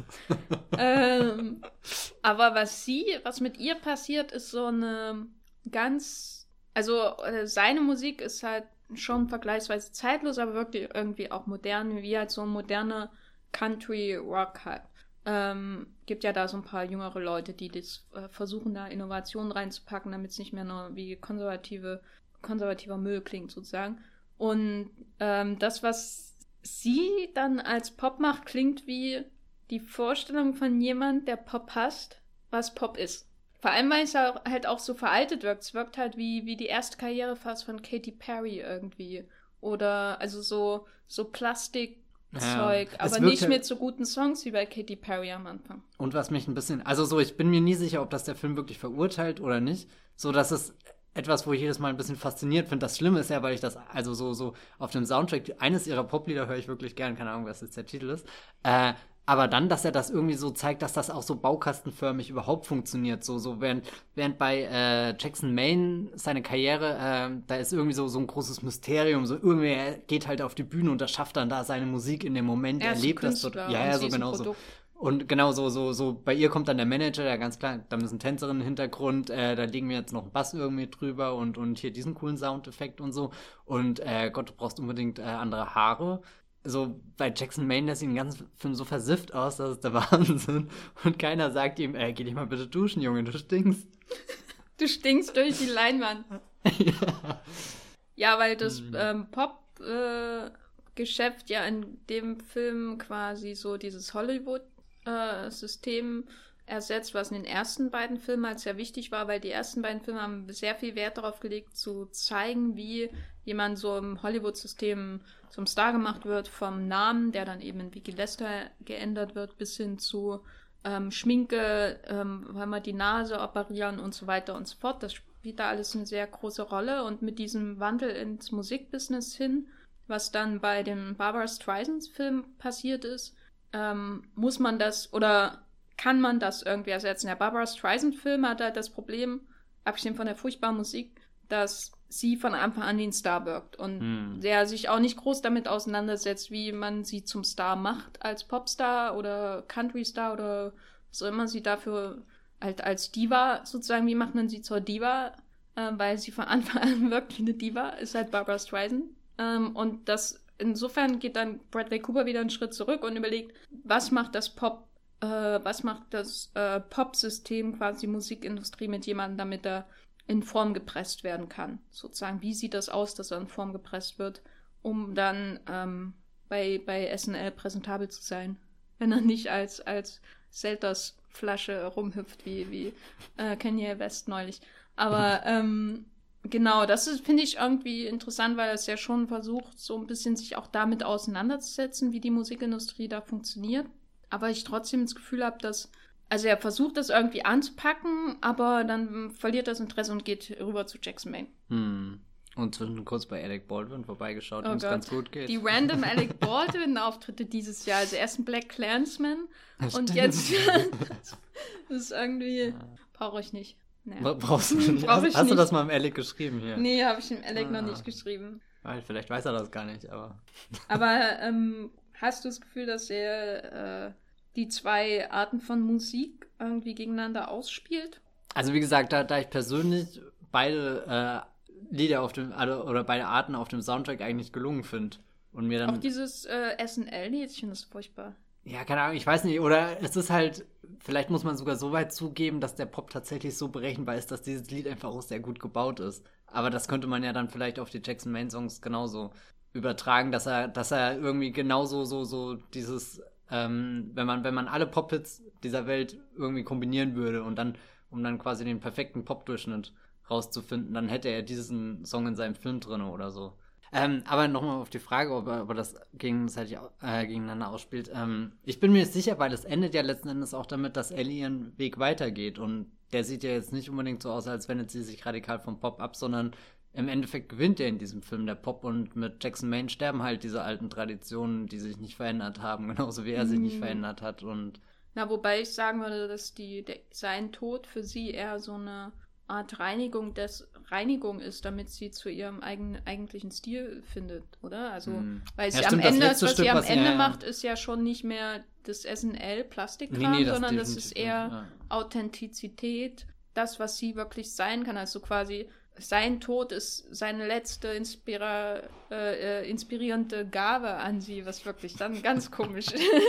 ähm, aber was sie, was mit ihr passiert, ist so eine ganz, also äh, seine Musik ist halt schon vergleichsweise zeitlos, aber wirklich irgendwie auch modern, wie halt so ein moderner Country-Rock halt. Ähm, gibt ja da so ein paar jüngere Leute, die das äh, versuchen, da Innovationen reinzupacken, damit es nicht mehr nur wie konservative, konservativer Müll klingt, sozusagen. Und ähm, das, was sie dann als Pop macht, klingt wie die Vorstellung von jemand, der Pop hasst, was Pop ist. Vor allem, weil es halt auch so veraltet wirkt. Es wirkt halt wie, wie die erste Karriere fast von Katy Perry irgendwie. Oder also so, so Plastik. Zeug, ja, aber nicht mit so guten Songs wie bei Katy Perry am Anfang. Und was mich ein bisschen, also so, ich bin mir nie sicher, ob das der Film wirklich verurteilt oder nicht, so dass es etwas, wo ich jedes Mal ein bisschen fasziniert finde. Das Schlimme ist ja, weil ich das, also so, so auf dem Soundtrack, eines ihrer Poplieder höre ich wirklich gern, keine Ahnung, was jetzt der Titel ist, äh, aber dann, dass er das irgendwie so zeigt, dass das auch so baukastenförmig überhaupt funktioniert. So, so während, während bei äh, Jackson Maine seine Karriere, äh, da ist irgendwie so, so ein großes Mysterium. So irgendwie, er geht halt auf die Bühne und das schafft dann da seine Musik in dem Moment. Er erlebt das dort. Ja, ja, so genau so. Und genau so, so, so, bei ihr kommt dann der Manager, der ganz klar, da müssen Tänzerinnen im Hintergrund, äh, da legen wir jetzt noch einen Bass irgendwie drüber und, und hier diesen coolen Soundeffekt und so. Und äh, Gott, du brauchst unbedingt äh, andere Haare. So bei Jackson Maine, der sieht den ganzen Film so versifft aus, das ist der Wahnsinn. Und keiner sagt ihm, ey, geh dich mal bitte duschen, Junge, du stinkst. Du stinkst durch die Leinwand. ja. ja, weil das mhm. ähm, Pop-Geschäft äh, ja in dem Film quasi so dieses Hollywood-System äh, ersetzt, was in den ersten beiden Filmen halt sehr wichtig war, weil die ersten beiden Filme haben sehr viel Wert darauf gelegt, zu zeigen, wie jemand so im Hollywood-System zum Star gemacht wird, vom Namen, der dann eben in Vicky Lester geändert wird, bis hin zu ähm, Schminke, ähm, weil wir die Nase operieren und so weiter und so fort. Das spielt da alles eine sehr große Rolle und mit diesem Wandel ins Musikbusiness hin, was dann bei dem Barbra Streisand-Film passiert ist, ähm, muss man das oder kann man das irgendwie ersetzen. Der Barbra Streisand-Film hat halt das Problem, abgesehen von der furchtbaren Musik, dass sie von Anfang an wie ein Star wirkt und hm. der sich auch nicht groß damit auseinandersetzt, wie man sie zum Star macht, als Popstar oder Country-Star oder was auch immer sie dafür halt als Diva sozusagen, wie macht man sie zur Diva, äh, weil sie von Anfang an wirkt wie eine Diva, ist halt Barbra Streisand. Ähm, und das insofern geht dann Bradley Cooper wieder einen Schritt zurück und überlegt, was macht das Pop, äh, was macht das äh, Pop-System, quasi Musikindustrie mit jemandem, damit er in Form gepresst werden kann. Sozusagen, wie sieht das aus, dass er in Form gepresst wird? um dann ähm, bei, bei S N L präsentabel zu sein. Wenn er nicht als, als Selters-Flasche rumhüpft, wie, wie äh, Kanye West neulich. Aber ähm, genau, das finde ich irgendwie interessant, weil es ja schon versucht, so ein bisschen sich auch damit auseinanderzusetzen, wie die Musikindustrie da funktioniert. Aber ich trotzdem das Gefühl habe, dass, also er versucht das irgendwie anzupacken, aber dann verliert das Interesse und geht rüber zu Jackson Maine. Hm. Und zwischendurch kurz bei Alec Baldwin vorbeigeschaut, Oh dem es Gott. ganz gut geht. Die random Alec Baldwin-Auftritte dieses Jahr. Also erst ein Black Klansman und Stimmt. jetzt das ist irgendwie, brauche ich nicht. Naja. Brauchst du nicht? Brauch hast ich hast du nicht. das mal im Alec geschrieben hier? Nee, habe ich dem Alec Ah. noch nicht geschrieben. Weil vielleicht weiß er das gar nicht, aber... Aber ähm, hast du das Gefühl, dass er äh, die zwei Arten von Musik irgendwie gegeneinander ausspielt? Also wie gesagt, da, da ich persönlich beide äh, Lieder auf dem, also, oder beide Arten auf dem Soundtrack eigentlich gelungen finde. Und mir dann... Auch dieses äh, S N L-Lied, ich finde das furchtbar. Ja, keine Ahnung, ich weiß nicht, oder es ist halt, vielleicht muss man sogar so weit zugeben, dass der Pop tatsächlich so berechenbar ist, dass dieses Lied einfach auch sehr gut gebaut ist. Aber das könnte man ja dann vielleicht auf die Jackson Maine Songs genauso übertragen, dass er, dass er irgendwie genauso so, so dieses, ähm, wenn man, wenn man alle Pop-Hits dieser Welt irgendwie kombinieren würde und dann, um dann quasi den perfekten Pop-Durchschnitt rauszufinden, dann hätte er diesen Song in seinem Film drin oder so. Ähm, aber nochmal auf die Frage, ob er, ob er das gegenseitig, äh, gegeneinander ausspielt. Ähm, ich bin mir nicht sicher, weil es endet ja letzten Endes auch damit, dass Ellie ihren Weg weitergeht. Und der sieht ja jetzt nicht unbedingt so aus, als wendet sie sich radikal vom Pop ab, sondern im Endeffekt gewinnt er in diesem Film der Pop. Und mit Jackson Maine sterben halt diese alten Traditionen, die sich nicht verändert haben, genauso wie er sich nicht Mm. verändert hat. Und Na, wobei ich sagen würde, dass die, der, sein Tod für sie eher so eine Art Reinigung des Reinigung ist, damit sie zu ihrem eigenen eigentlichen Stil findet, oder? Also, Hm. weil Ja, sie stimmt, am das Ende, letzte was Stück, sie am was sie- Ende ja, ja. macht, ist ja schon nicht mehr das S N L-Plastikkram, Nee, nee, das sondern das definitiv ist nicht, eher ja. Authentizität, das, was sie wirklich sein kann. Also quasi sein Tod ist seine letzte inspira äh, äh, inspirierende Gabe an sie, was wirklich dann ganz komisch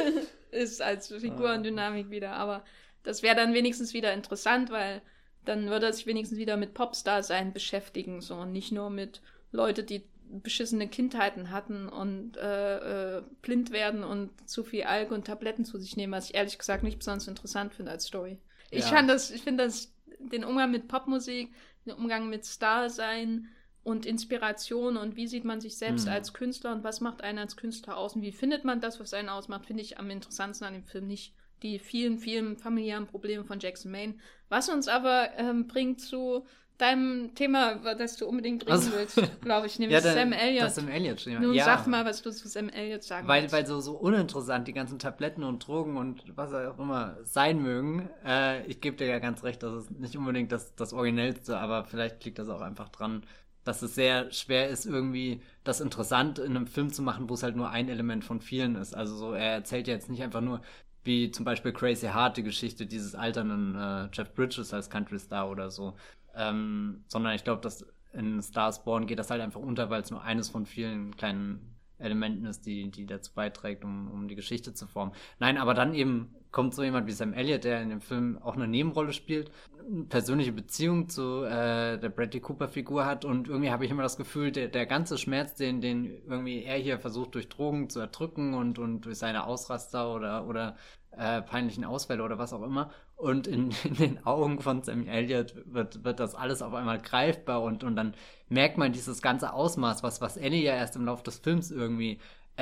ist als Figurendynamik wieder. Aber das wäre dann wenigstens wieder interessant, weil dann würde er sich wenigstens wieder mit Popstar-Sein beschäftigen, so und nicht nur mit Leute, die beschissene Kindheiten hatten und äh, äh, blind werden und zu viel Alk und Tabletten zu sich nehmen, was ich ehrlich gesagt nicht besonders interessant finde als Story. Ich Ja. fand das, ich finde das, den Umgang mit Popmusik, den Umgang mit Star-Sein und Inspiration und wie sieht man sich selbst Hm. als Künstler und was macht einen als Künstler aus und wie findet man das, was einen ausmacht, finde ich am interessantesten an dem Film nicht. Die vielen, vielen familiären Probleme von Jackson Maine. Was uns aber ähm, bringt zu deinem Thema, über das du unbedingt reden Also- willst, glaube ich, nämlich der- Sam Elliott. Das Sam Elliott. Nun ja. sag mal, was du zu Sam Elliott sagen Weil, willst. weil so, so uninteressant die ganzen Tabletten und Drogen und was auch immer sein mögen. Äh, ich gebe dir ja ganz recht, das ist nicht unbedingt das, das Originellste, aber vielleicht liegt das auch einfach dran, dass es sehr schwer ist, irgendwie das interessant in einem Film zu machen, wo es halt nur ein Element von vielen ist. Also so, er erzählt ja jetzt nicht einfach nur, wie zum Beispiel Crazy Heart, die Geschichte dieses alternden äh, Jeff Bridges als Country Star oder so. Ähm, sondern ich glaube, dass in Stars Born geht das halt einfach unter, weil es nur eines von vielen kleinen Elementen ist, die, die dazu beiträgt, um, um die Geschichte zu formen. Nein, aber dann eben kommt so jemand wie Sam Elliott, der in dem Film auch eine Nebenrolle spielt, eine persönliche Beziehung zu äh, der Bradley Cooper-Figur hat und irgendwie habe ich immer das Gefühl, der, der ganze Schmerz, den, den irgendwie er hier versucht durch Drogen zu erdrücken und, und durch seine Ausraster oder, oder äh, peinlichen Ausfälle oder was auch immer und in, in den Augen von Sam Elliott wird, wird das alles auf einmal greifbar und, und dann merkt man dieses ganze Ausmaß, was, was Annie ja erst im Laufe des Films irgendwie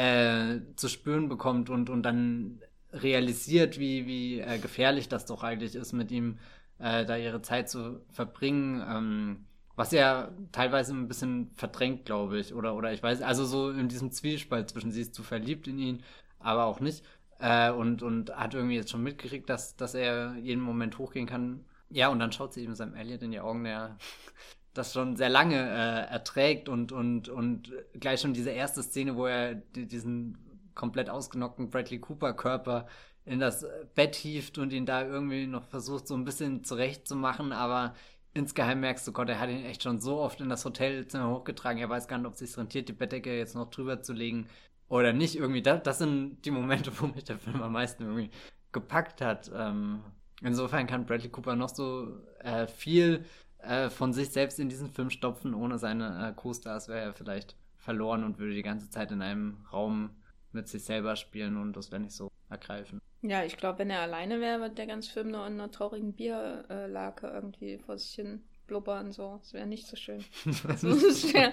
äh, zu spüren bekommt und, und dann realisiert, wie, wie äh, gefährlich das doch eigentlich ist, mit ihm äh, da ihre Zeit zu verbringen, ähm, was er teilweise ein bisschen verdrängt, glaube ich, oder, oder ich weiß, also so in diesem Zwiespalt zwischen sie ist zu verliebt in ihn, aber auch nicht, äh, und, und hat irgendwie jetzt schon mitgekriegt, dass, dass er jeden Moment hochgehen kann. Ja, und dann schaut sie ihm Sam Elliott in die Augen, der das schon sehr lange äh, erträgt und, und, und gleich schon diese erste Szene, wo er die, diesen komplett ausgenockten Bradley Cooper Körper in das Bett hieft und ihn da irgendwie noch versucht, so ein bisschen zurechtzumachen, aber insgeheim merkst du, Gott, er hat ihn echt schon so oft in das Hotelzimmer hochgetragen, er weiß gar nicht, ob es sich rentiert, die Bettdecke jetzt noch drüber zu legen oder nicht. Irgendwie, das, das sind die Momente, wo mich der Film am meisten irgendwie gepackt hat. Ähm, insofern kann Bradley Cooper noch so äh, viel äh, von sich selbst in diesen Film stopfen, ohne seine äh, Co-Stars wäre er vielleicht verloren und würde die ganze Zeit in einem Raum mit sich selber spielen und das wäre nicht so ergreifend. Ja, ich glaube, wenn er alleine wäre, wird der ganze Film nur in einer traurigen Bierlake irgendwie vor sich hin blubbern. So. Das wäre nicht so schön. Also, das wäre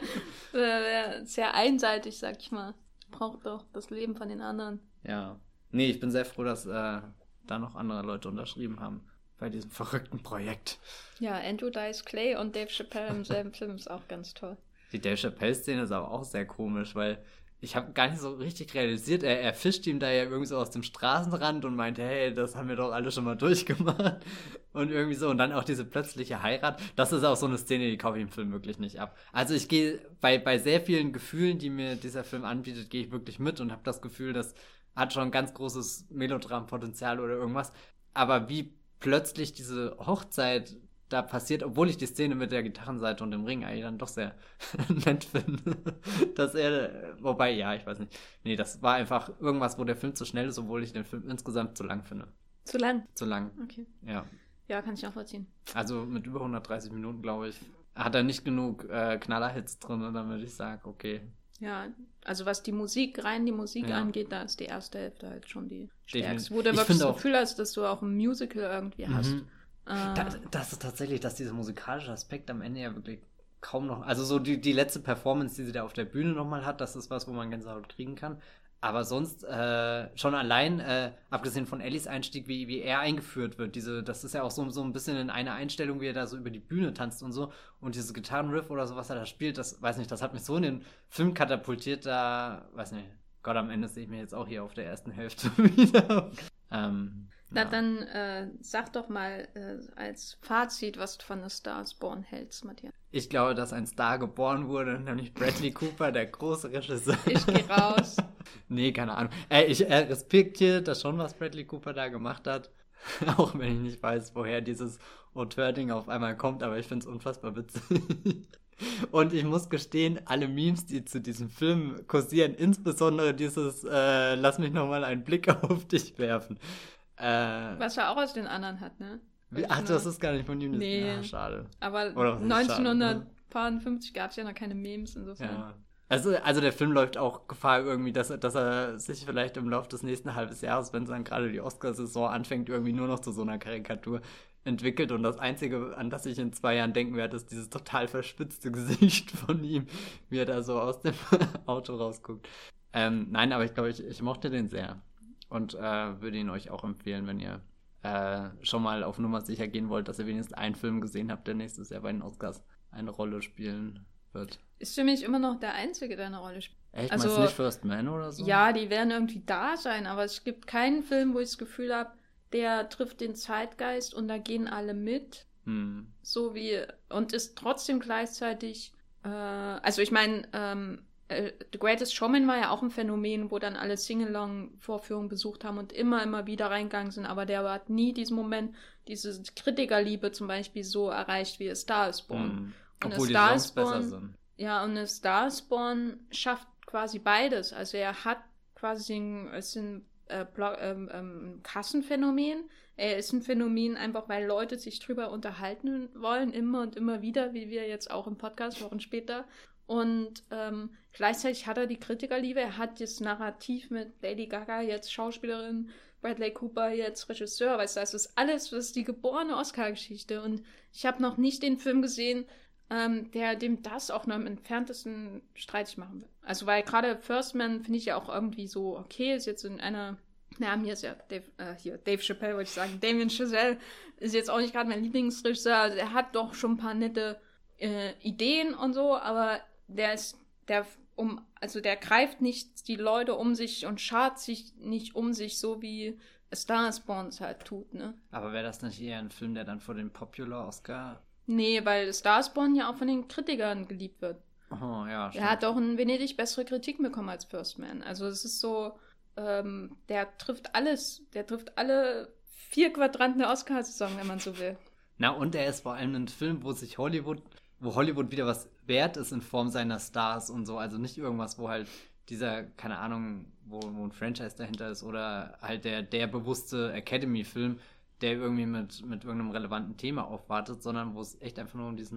wär sehr einseitig, sag ich mal. Braucht doch das Leben von den anderen. Ja. Nee, ich bin sehr froh, dass äh, da noch andere Leute unterschrieben haben bei diesem verrückten Projekt. Ja, Andrew Dice Clay und Dave Chappelle im selben Film ist auch ganz toll. Die Dave Chappelle-Szene ist aber auch sehr komisch, weil ich habe gar nicht so richtig realisiert, er, er fischt ihm da ja irgendwie so aus dem Straßenrand und meint, hey, das haben wir doch alle schon mal durchgemacht und irgendwie so. Und dann auch diese plötzliche Heirat, das ist auch so eine Szene, die kaufe ich im Film wirklich nicht ab. Also ich gehe bei, bei sehr vielen Gefühlen, die mir dieser Film anbietet, gehe ich wirklich mit und habe das Gefühl, das hat schon ein ganz großes Melodrampotenzial oder irgendwas. Aber wie plötzlich diese Hochzeit da passiert, obwohl ich die Szene mit der Gitarrenseite und dem Ring eigentlich dann doch sehr nett finde, dass er, wobei, ja, ich weiß nicht, nee, das war einfach irgendwas, wo der Film zu schnell ist, obwohl ich den Film insgesamt zu lang finde. Zu lang? Zu lang. Okay. Ja. Ja, kann ich auch vollziehen. Also mit über hundertdreißig Minuten, glaube ich, hat er nicht genug äh, Knallerhits drin, damit ich sage, okay. Ja, also was die Musik, rein die Musik Ja. angeht, da ist die erste Hälfte halt schon die Definitiv. stärkste. Wo du Ich wirklich finde das auch- Gefühl hast, dass du auch ein Musical irgendwie hast. Mhm. Äh, Da, das ist tatsächlich, dass dieser musikalische Aspekt am Ende ja wirklich kaum noch, also so die, die letzte Performance, die sie da auf der Bühne nochmal hat, das ist was, wo man Gänsehaut kriegen kann. Aber sonst äh, schon allein, äh, abgesehen von Ellies Einstieg, wie, wie er eingeführt wird, diese, das ist ja auch so, so ein bisschen in einer Einstellung, wie er da so über die Bühne tanzt und so. Und dieses Gitarrenriff oder so, was er da spielt, das, weiß nicht, das hat mich so in den Film katapultiert, da, weiß nicht, Gott, am Ende sehe ich mich jetzt auch hier auf der ersten Hälfte wieder. ähm, Na, ja. dann äh, sag doch mal äh, als Fazit, was du von The Star is Born hältst, Matthias. Ich glaube, dass ein Star geboren wurde, nämlich Bradley Cooper, der große Regisseur. Ich geh raus. Nee, keine Ahnung. Äh, ich äh, respektiere das schon, was Bradley Cooper da gemacht hat. Auch wenn ich nicht weiß, woher dieses Auteur-Ding auf einmal kommt, aber ich finde es unfassbar witzig. Und ich muss gestehen, alle Memes, die zu diesem Film kursieren, insbesondere dieses äh, Lass mich nochmal einen Blick auf dich werfen. Äh, Was er auch aus den anderen hat, ne? wie, ach, das ist gar nicht von ihm. das- Nee. Ja, schade. Aber Oder was ist schade, neunzehnhundertfünfzig gab es ja noch keine Memes, insofern. Ja. Also, also der Film läuft auch Gefahr irgendwie, dass, er- dass er sich vielleicht im Laufe des nächsten halben Jahres, wenn dann gerade die Oscarsaison anfängt, irgendwie nur noch zu so einer Karikatur entwickelt. Und das Einzige, an das ich in zwei Jahren denken werde, ist dieses total verspitzte Gesicht von ihm, wie er da so aus dem Auto rausguckt. Ähm, nein, aber ich glaube, ich, ich mochte den sehr. Und äh, würde ihn euch auch empfehlen, wenn ihr äh, schon mal auf Nummer sicher gehen wollt, dass ihr wenigstens einen Film gesehen habt, der nächstes Jahr bei den Oscars eine Rolle spielen wird. Ist für mich immer noch der Einzige, der eine Rolle spielt. Echt? Also, Meinst du nicht First Man oder so? Ja, die werden irgendwie da sein, aber es gibt keinen Film, wo ich das Gefühl habe, der trifft den Zeitgeist und da gehen alle mit. Hm. So wie, und ist trotzdem gleichzeitig, äh, also ich meine, ähm, äh, The Greatest Showman war ja auch ein Phänomen, wo dann alle Sing-Along-Vorführungen besucht haben und immer, immer wieder reingegangen sind, aber der hat nie diesen Moment, diese Kritikerliebe zum Beispiel so erreicht wie A Star is Born. Hm. Und Obwohl A die Star Songs is besser Born- sind. Ja, und A Star is Born schafft quasi beides. Also er hat quasi ein, ist ein äh, Blo- ähm, ähm, Kassenphänomen. Er ist ein Phänomen einfach, weil Leute sich drüber unterhalten wollen, immer und immer wieder, wie wir jetzt auch im Podcast Wochen später. Und ähm, gleichzeitig hat er die Kritikerliebe. Er hat das Narrativ mit Lady Gaga, jetzt Schauspielerin, Bradley Cooper, jetzt Regisseur. Weißt du, das ist alles, das ist die geborene Oscar-Geschichte. Und ich habe noch nicht den Film gesehen, ähm, der dem das auch nur am entferntesten streitig machen will. Also weil gerade First Man finde ich ja auch irgendwie so, okay, ist jetzt in einer, na, mir ist ja Dave, äh, hier, Dave Chappelle, wollte ich sagen, Damien Chazelle ist jetzt auch nicht gerade mein Lieblingsregisseur, also er hat doch schon ein paar nette äh, Ideen und so, aber der ist, der um, also der greift nicht die Leute um sich und schart sich nicht um sich, so wie A Star is Born es halt tut, ne? Aber wäre das nicht eher ein Film, der dann vor dem Popular Oscar... Nee, weil A Star is Born ja auch von den Kritikern geliebt wird. Oh, ja, Er hat auch in Venedig bessere Kritiken bekommen als First Man. Also es ist so, ähm, der trifft alles, der trifft alle vier Quadranten der Oscarsaison, wenn man so will. Na, und er ist vor allem ein Film, wo sich Hollywood, wo Hollywood wieder was wert ist in Form seiner Stars und so. Also nicht irgendwas, wo halt dieser, keine Ahnung, wo, wo ein Franchise dahinter ist oder halt der, der bewusste Academy-Film, der irgendwie mit, mit irgendeinem relevanten Thema aufwartet, sondern wo es echt einfach nur um diesen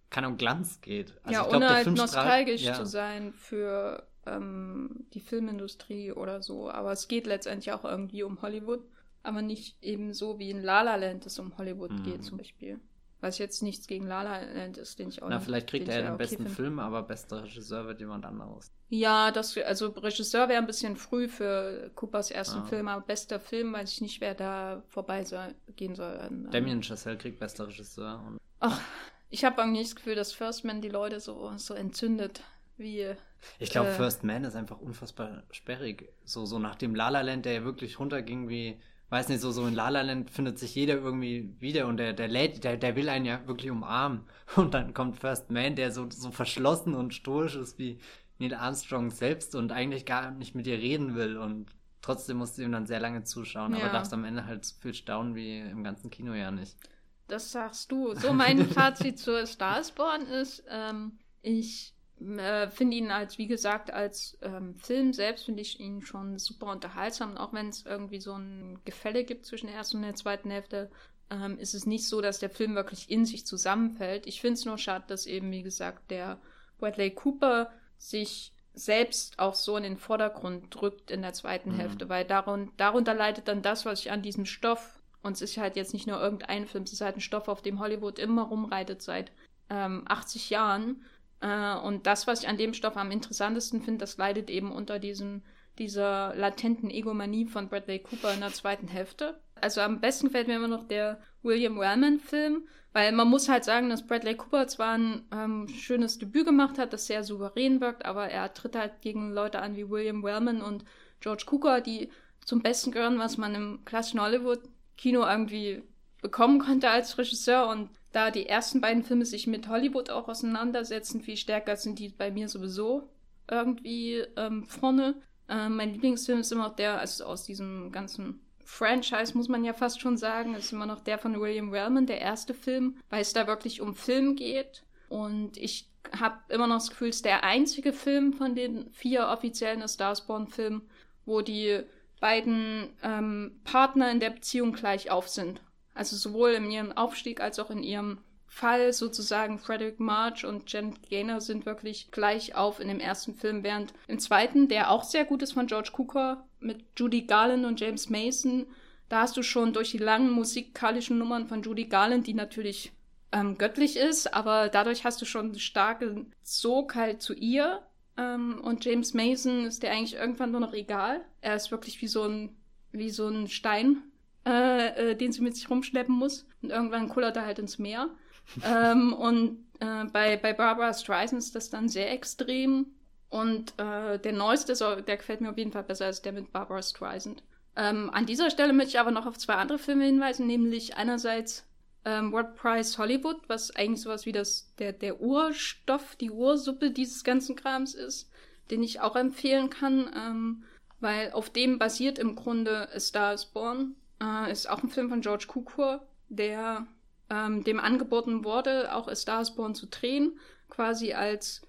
keine Ahnung, Glanz geht. Also ja, ich glaub, ohne der halt Film nostalgisch strahlt, zu ja. sein für ähm, die Filmindustrie oder so. Aber es geht letztendlich auch irgendwie um Hollywood. Aber nicht eben so, wie in La La Land es um Hollywood Mhm. geht zum Beispiel. Was jetzt nichts gegen La La Land ist, den ich auch Na, nicht, vielleicht kriegt den er ich ja den okay besten find. Film, aber bester Regisseur wird jemand anderes. Ja, das, also Regisseur wäre ein bisschen früh für Coopers ersten Ah. Film, aber bester Film weiß ich nicht, wer da vorbei soll, gehen soll. An, an- Damien Chazelle kriegt bester Regisseur. Und Ach, ich habe irgendwie das Gefühl, dass First Man die Leute so, so entzündet, wie... ich glaube, Äh. First Man ist einfach unfassbar sperrig. So, so nach dem La La Land, der ja wirklich runterging wie, weiß nicht, so, so in La La Land findet sich jeder irgendwie wieder und der, der lädt, der, der will einen ja wirklich umarmen. Und dann kommt First Man, der so, so verschlossen und stoisch ist wie Neil Armstrong selbst und eigentlich gar nicht mit dir reden will und trotzdem musst du ihm dann sehr lange zuschauen, Ja. aber darfst am Ende halt so viel staunen wie im ganzen Kino ja nicht. Das sagst du. So, mein Fazit zu Star is Born ist, ähm, ich äh, finde ihn als, wie gesagt, als ähm, Film selbst finde ich ihn schon super unterhaltsam. Und auch wenn es irgendwie so ein Gefälle gibt zwischen der ersten und der zweiten Hälfte, ähm, ist es nicht so, dass der Film wirklich in sich zusammenfällt. Ich finde es nur schade, dass eben, wie gesagt, der Bradley Cooper sich selbst auch so in den Vordergrund drückt in der zweiten Mhm. Hälfte, weil darun darunter leidet dann das, was ich an diesem Stoff, und es ist halt jetzt nicht nur irgendein Film, es ist halt ein Stoff, auf dem Hollywood immer rumreitet seit ähm, achtzig Jahren. Äh, und das, was ich an dem Stoff am interessantesten finde, das leidet eben unter diesem, dieser latenten Egomanie von Bradley Cooper in der zweiten Hälfte. Also am besten gefällt mir immer noch der William Wellman-Film, weil man muss halt sagen, dass Bradley Cooper zwar ein ähm, schönes Debüt gemacht hat, das sehr souverän wirkt, aber er tritt halt gegen Leute an wie William Wellman und George Cukor, die zum Besten gehören, was man im klassischen Hollywood-Kino irgendwie bekommen konnte als Regisseur. Und da die ersten beiden Filme sich mit Hollywood auch auseinandersetzen, viel stärker sind die bei mir sowieso irgendwie ähm, vorne. Äh, mein Lieblingsfilm ist immer noch der, also aus diesem ganzen Franchise, muss man ja fast schon sagen, ist immer noch der von William Wellman, der erste Film, weil es da wirklich um Film geht. Und ich habe immer noch das Gefühl, es ist der einzige Film von den vier offiziellen A Star is Born-Filmen, wo die beiden ähm, Partner in der Beziehung gleich auf sind. Also sowohl in ihrem Aufstieg als auch in ihrem Fall sozusagen. Frederick March und Janet Gaynor sind wirklich gleich auf in dem ersten Film, während im zweiten, der auch sehr gut ist von George Cukor, mit Judy Garland und James Mason, da hast du schon durch die langen musikalischen Nummern von Judy Garland, die natürlich ähm, göttlich ist, aber dadurch hast du schon einen starken Sog halt zu ihr. Ähm, und James Mason ist dir eigentlich irgendwann nur noch egal. Er ist wirklich wie so ein, wie so ein Stein, äh, äh, den sie mit sich rumschleppen muss. Und irgendwann kullert er halt ins Meer. ähm, und äh, bei, bei Barbara Streisand ist das dann sehr extrem. Und äh, der neueste, so, der gefällt mir auf jeden Fall besser als der mit Barbara Streisand. Ähm, an dieser Stelle möchte ich aber noch auf zwei andere Filme hinweisen, nämlich einerseits ähm, What Price Hollywood, was eigentlich sowas wie das, der, der Urstoff, die Ursuppe dieses ganzen Krams ist, den ich auch empfehlen kann, ähm, weil auf dem basiert im Grunde A Star is Born. Äh, ist auch ein Film von George Cukor, der ähm, dem angeboten wurde, auch A Star is Born zu drehen, quasi als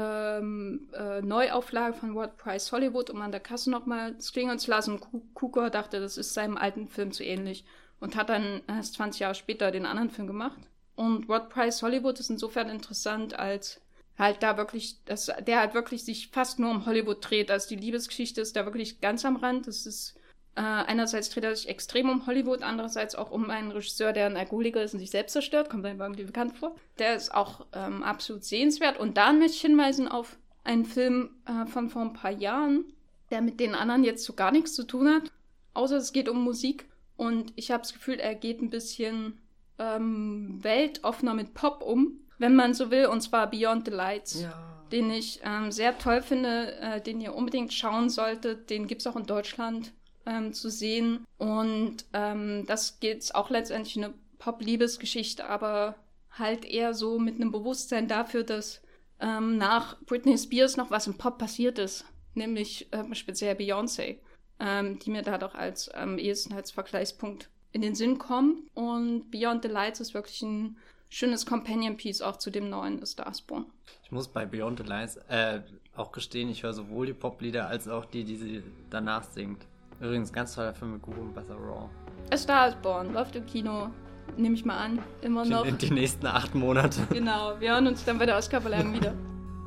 ähm, äh, Neuauflage von What Price Hollywood, um an der Kasse nochmal klingeln zu lassen. Cukor dachte, das ist seinem alten Film zu ähnlich und hat dann erst zwanzig Jahre später den anderen Film gemacht. Und What Price Hollywood ist insofern interessant, als halt da wirklich, dass der halt wirklich sich fast nur um Hollywood dreht. Also die Liebesgeschichte ist da wirklich ganz am Rand. Das ist äh, einerseits dreht er sich extrem um Hollywood, andererseits auch um einen Regisseur, der ein Alkoholiker ist und sich selbst zerstört. Kommt einem irgendwie bekannt vor. Der ist auch ähm, absolut sehenswert. Und dann möchte ich hinweisen auf einen Film äh, von vor ein paar Jahren, der mit den anderen jetzt so gar nichts zu tun hat. Außer es geht um Musik. Und ich habe das Gefühl, er geht ein bisschen ähm, weltoffener mit Pop um, wenn man so will, und zwar Beyond the Lights, Ja. den ich ähm, sehr toll finde, äh, den ihr unbedingt schauen solltet. Den gibt's auch in Deutschland ähm, zu sehen. Und ähm, das geht auch letztendlich eine Pop-Liebesgeschichte, aber halt eher so mit einem Bewusstsein dafür, dass ähm, nach Britney Spears noch was im Pop passiert ist, nämlich ähm, speziell Beyoncé, ähm, die mir da doch als am ähm, ehesten als Vergleichspunkt in den Sinn kommt. Und Beyond the Lights ist wirklich ein schönes Companion-Piece auch zu dem neuen A Star is Born. Ich muss bei Beyond the Lights äh, auch gestehen, ich höre sowohl die Poplieder als auch die, die sie danach singt. Übrigens, ganz toller Film mit Guru und Bassa Raw. A Star is Born läuft im Kino nehme ich mal an, immer noch. In die nächsten acht Monate. Genau, wir hören uns dann bei der Oscarverleihung wieder.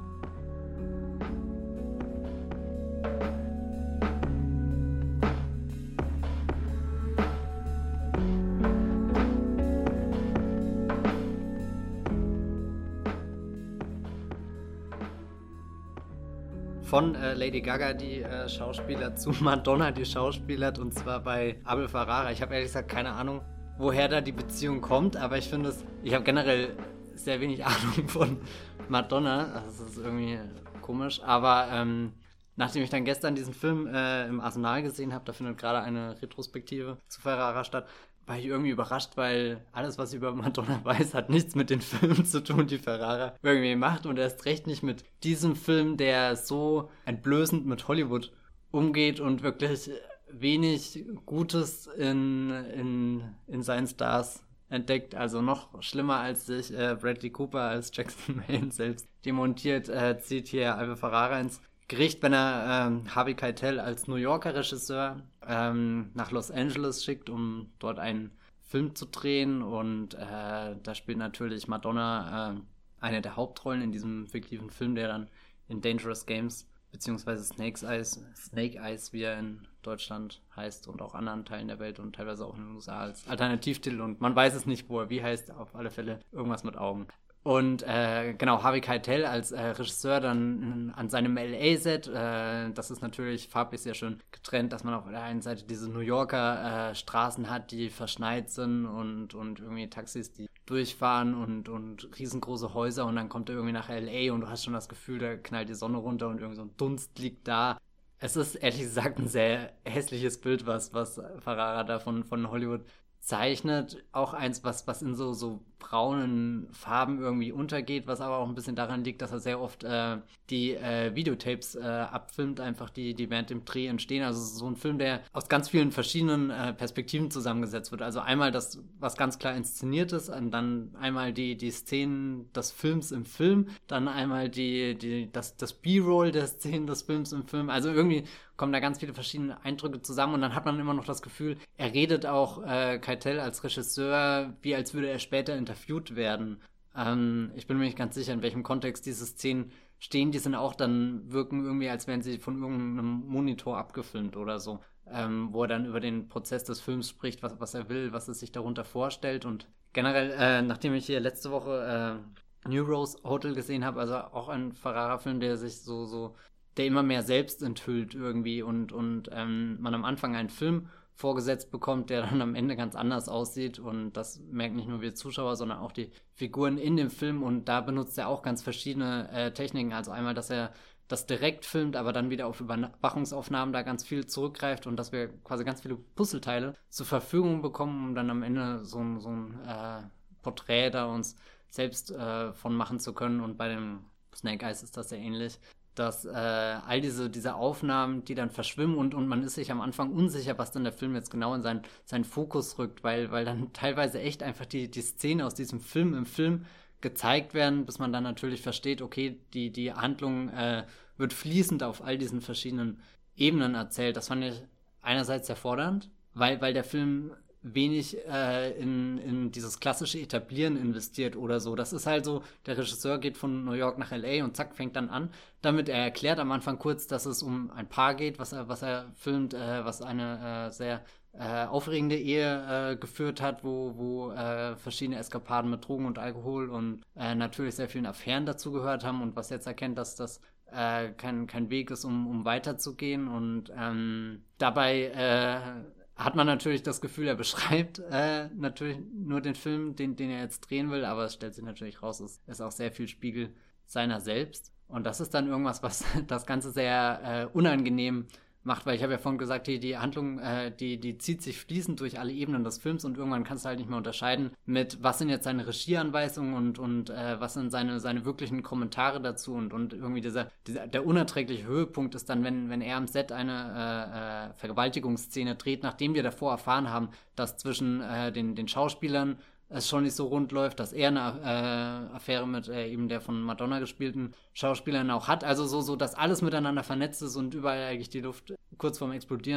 Von äh, Lady Gaga, die äh, Schauspieler, zu Madonna, die Schauspielert, und zwar bei Abel Ferrara. Ich habe ehrlich gesagt keine Ahnung, woher da die Beziehung kommt, aber ich finde es, ich habe generell sehr wenig Ahnung von Madonna, das ist irgendwie komisch, aber ähm, nachdem ich dann gestern diesen Film äh, im Arsenal gesehen habe, da findet gerade eine Retrospektive zu Ferrara statt, war ich irgendwie überrascht, weil alles, was ich über Madonna weiß, hat nichts mit den Filmen zu tun, die Ferrara irgendwie macht, und erst recht nicht mit diesem Film, der so entblößend mit Hollywood umgeht und wirklich wenig Gutes in, in, in seinen Stars entdeckt. Also noch schlimmer, als sich äh, Bradley Cooper als Jackson Maine selbst demontiert, äh, zieht hier Abel Ferrara ins Gericht, wenn er ähm, Harvey Keitel als New Yorker Regisseur ähm, nach Los Angeles schickt, um dort einen Film zu drehen, und äh, da spielt natürlich Madonna äh, eine der Hauptrollen in diesem fiktiven Film, der dann in Dangerous Games beziehungsweise Snake's Eyes, Snake Eyes, wie er in Deutschland heißt und auch anderen Teilen der Welt und teilweise auch in den U S A als Alternativtitel, und man weiß es nicht, wo er wie heißt, auf alle Fälle irgendwas mit Augen. Und äh, genau, Harvey Keitel als äh, Regisseur dann an seinem L A-Set, äh, das ist natürlich farblich sehr schön getrennt, dass man auf der einen Seite diese New Yorker äh, Straßen hat, die verschneit sind, und, und irgendwie Taxis, die durchfahren, und, und riesengroße Häuser, und dann kommt er irgendwie nach L A und du hast schon das Gefühl, da knallt die Sonne runter und irgendwie so ein Dunst liegt da. Es ist ehrlich gesagt ein sehr hässliches Bild, was, was Ferrara da von, von Hollywood zeichnet. Auch eins, was, was in so, so braunen Farben irgendwie untergeht, was aber auch ein bisschen daran liegt, dass er sehr oft äh, die äh, Videotapes äh, abfilmt, einfach die, die während dem Dreh entstehen. Also so ein Film, der aus ganz vielen verschiedenen äh, Perspektiven zusammengesetzt wird. Also einmal das, was ganz klar inszeniert ist, und dann einmal die, die Szenen des Films im Film, dann einmal die, die, das, das B-Roll der Szenen des Films im Film. Also irgendwie kommen da ganz viele verschiedene Eindrücke zusammen, und dann hat man immer noch das Gefühl, er redet auch äh, Keitel als Regisseur, wie als würde er später interviewt werden. Ähm, ich bin mir nicht ganz sicher, in welchem Kontext diese Szenen stehen. Die sind auch dann, wirken irgendwie, als wären sie von irgendeinem Monitor abgefilmt oder so, ähm, wo er dann über den Prozess des Films spricht, was, was er will, was er sich darunter vorstellt. Und generell, äh, nachdem ich hier letzte Woche äh, New Rose Hotel gesehen habe, also auch ein Ferrara-Film, der sich so, so der immer mehr selbst enthüllt irgendwie, und, und ähm, man am Anfang einen Film vorgesetzt bekommt, der dann am Ende ganz anders aussieht, und das merken nicht nur wir Zuschauer, sondern auch die Figuren in dem Film, und da benutzt er auch ganz verschiedene äh, Techniken, also einmal, dass er das direkt filmt, aber dann wieder auf Überwachungsaufnahmen da ganz viel zurückgreift, und dass wir quasi ganz viele Puzzleteile zur Verfügung bekommen, um dann am Ende so, ein- so ein äh, Porträt da uns selbst äh, von machen zu können, und bei dem Snake Eyes ist das sehr ähnlich, dass äh, all diese, diese Aufnahmen, die dann verschwimmen, und, und man ist sich am Anfang unsicher, was dann der Film jetzt genau in seinen, seinen Fokus rückt, weil, weil dann teilweise echt einfach die, die Szenen aus diesem Film im Film gezeigt werden, bis man dann natürlich versteht, okay, die, die Handlung äh, wird fließend auf all diesen verschiedenen Ebenen erzählt. Das fand ich einerseits sehr fordernd, weil, weil der Film wenig äh, in, in dieses klassische Etablieren investiert oder so. Das ist halt so, der Regisseur geht von New York nach L A und zack, fängt dann an. Damit er erklärt am Anfang kurz, dass es um ein Paar geht, was er, was er filmt, äh, was eine äh, sehr äh, aufregende Ehe äh, geführt hat, wo, wo äh, verschiedene Eskapaden mit Drogen und Alkohol und äh, natürlich sehr vielen Affären dazugehört haben, und was jetzt erkennt, dass das äh, kein, kein Weg ist, um, um weiterzugehen, und ähm, dabei äh, hat man natürlich das Gefühl, er beschreibt äh, natürlich nur den Film, den, den er jetzt drehen will, aber es stellt sich natürlich raus, es ist auch sehr viel Spiegel seiner selbst. Und das ist dann irgendwas, was das Ganze sehr äh, unangenehm macht, weil ich habe ja vorhin gesagt, die, die Handlung, äh, die, die zieht sich fließend durch alle Ebenen des Films, und irgendwann kannst du halt nicht mehr unterscheiden mit, was sind jetzt seine Regieanweisungen und, und äh, was sind seine, seine wirklichen Kommentare dazu, und, und irgendwie dieser, dieser, der unerträgliche Höhepunkt ist dann, wenn, wenn er am Set eine äh, äh, Vergewaltigungsszene dreht, nachdem wir davor erfahren haben, dass zwischen äh, den, den Schauspielern es schon nicht so rund läuft, dass er eine äh, Affäre mit äh, eben der von Madonna gespielten Schauspielerin auch hat. Also so, so, dass alles miteinander vernetzt ist und überall eigentlich die Luft kurz vorm Explodieren ist.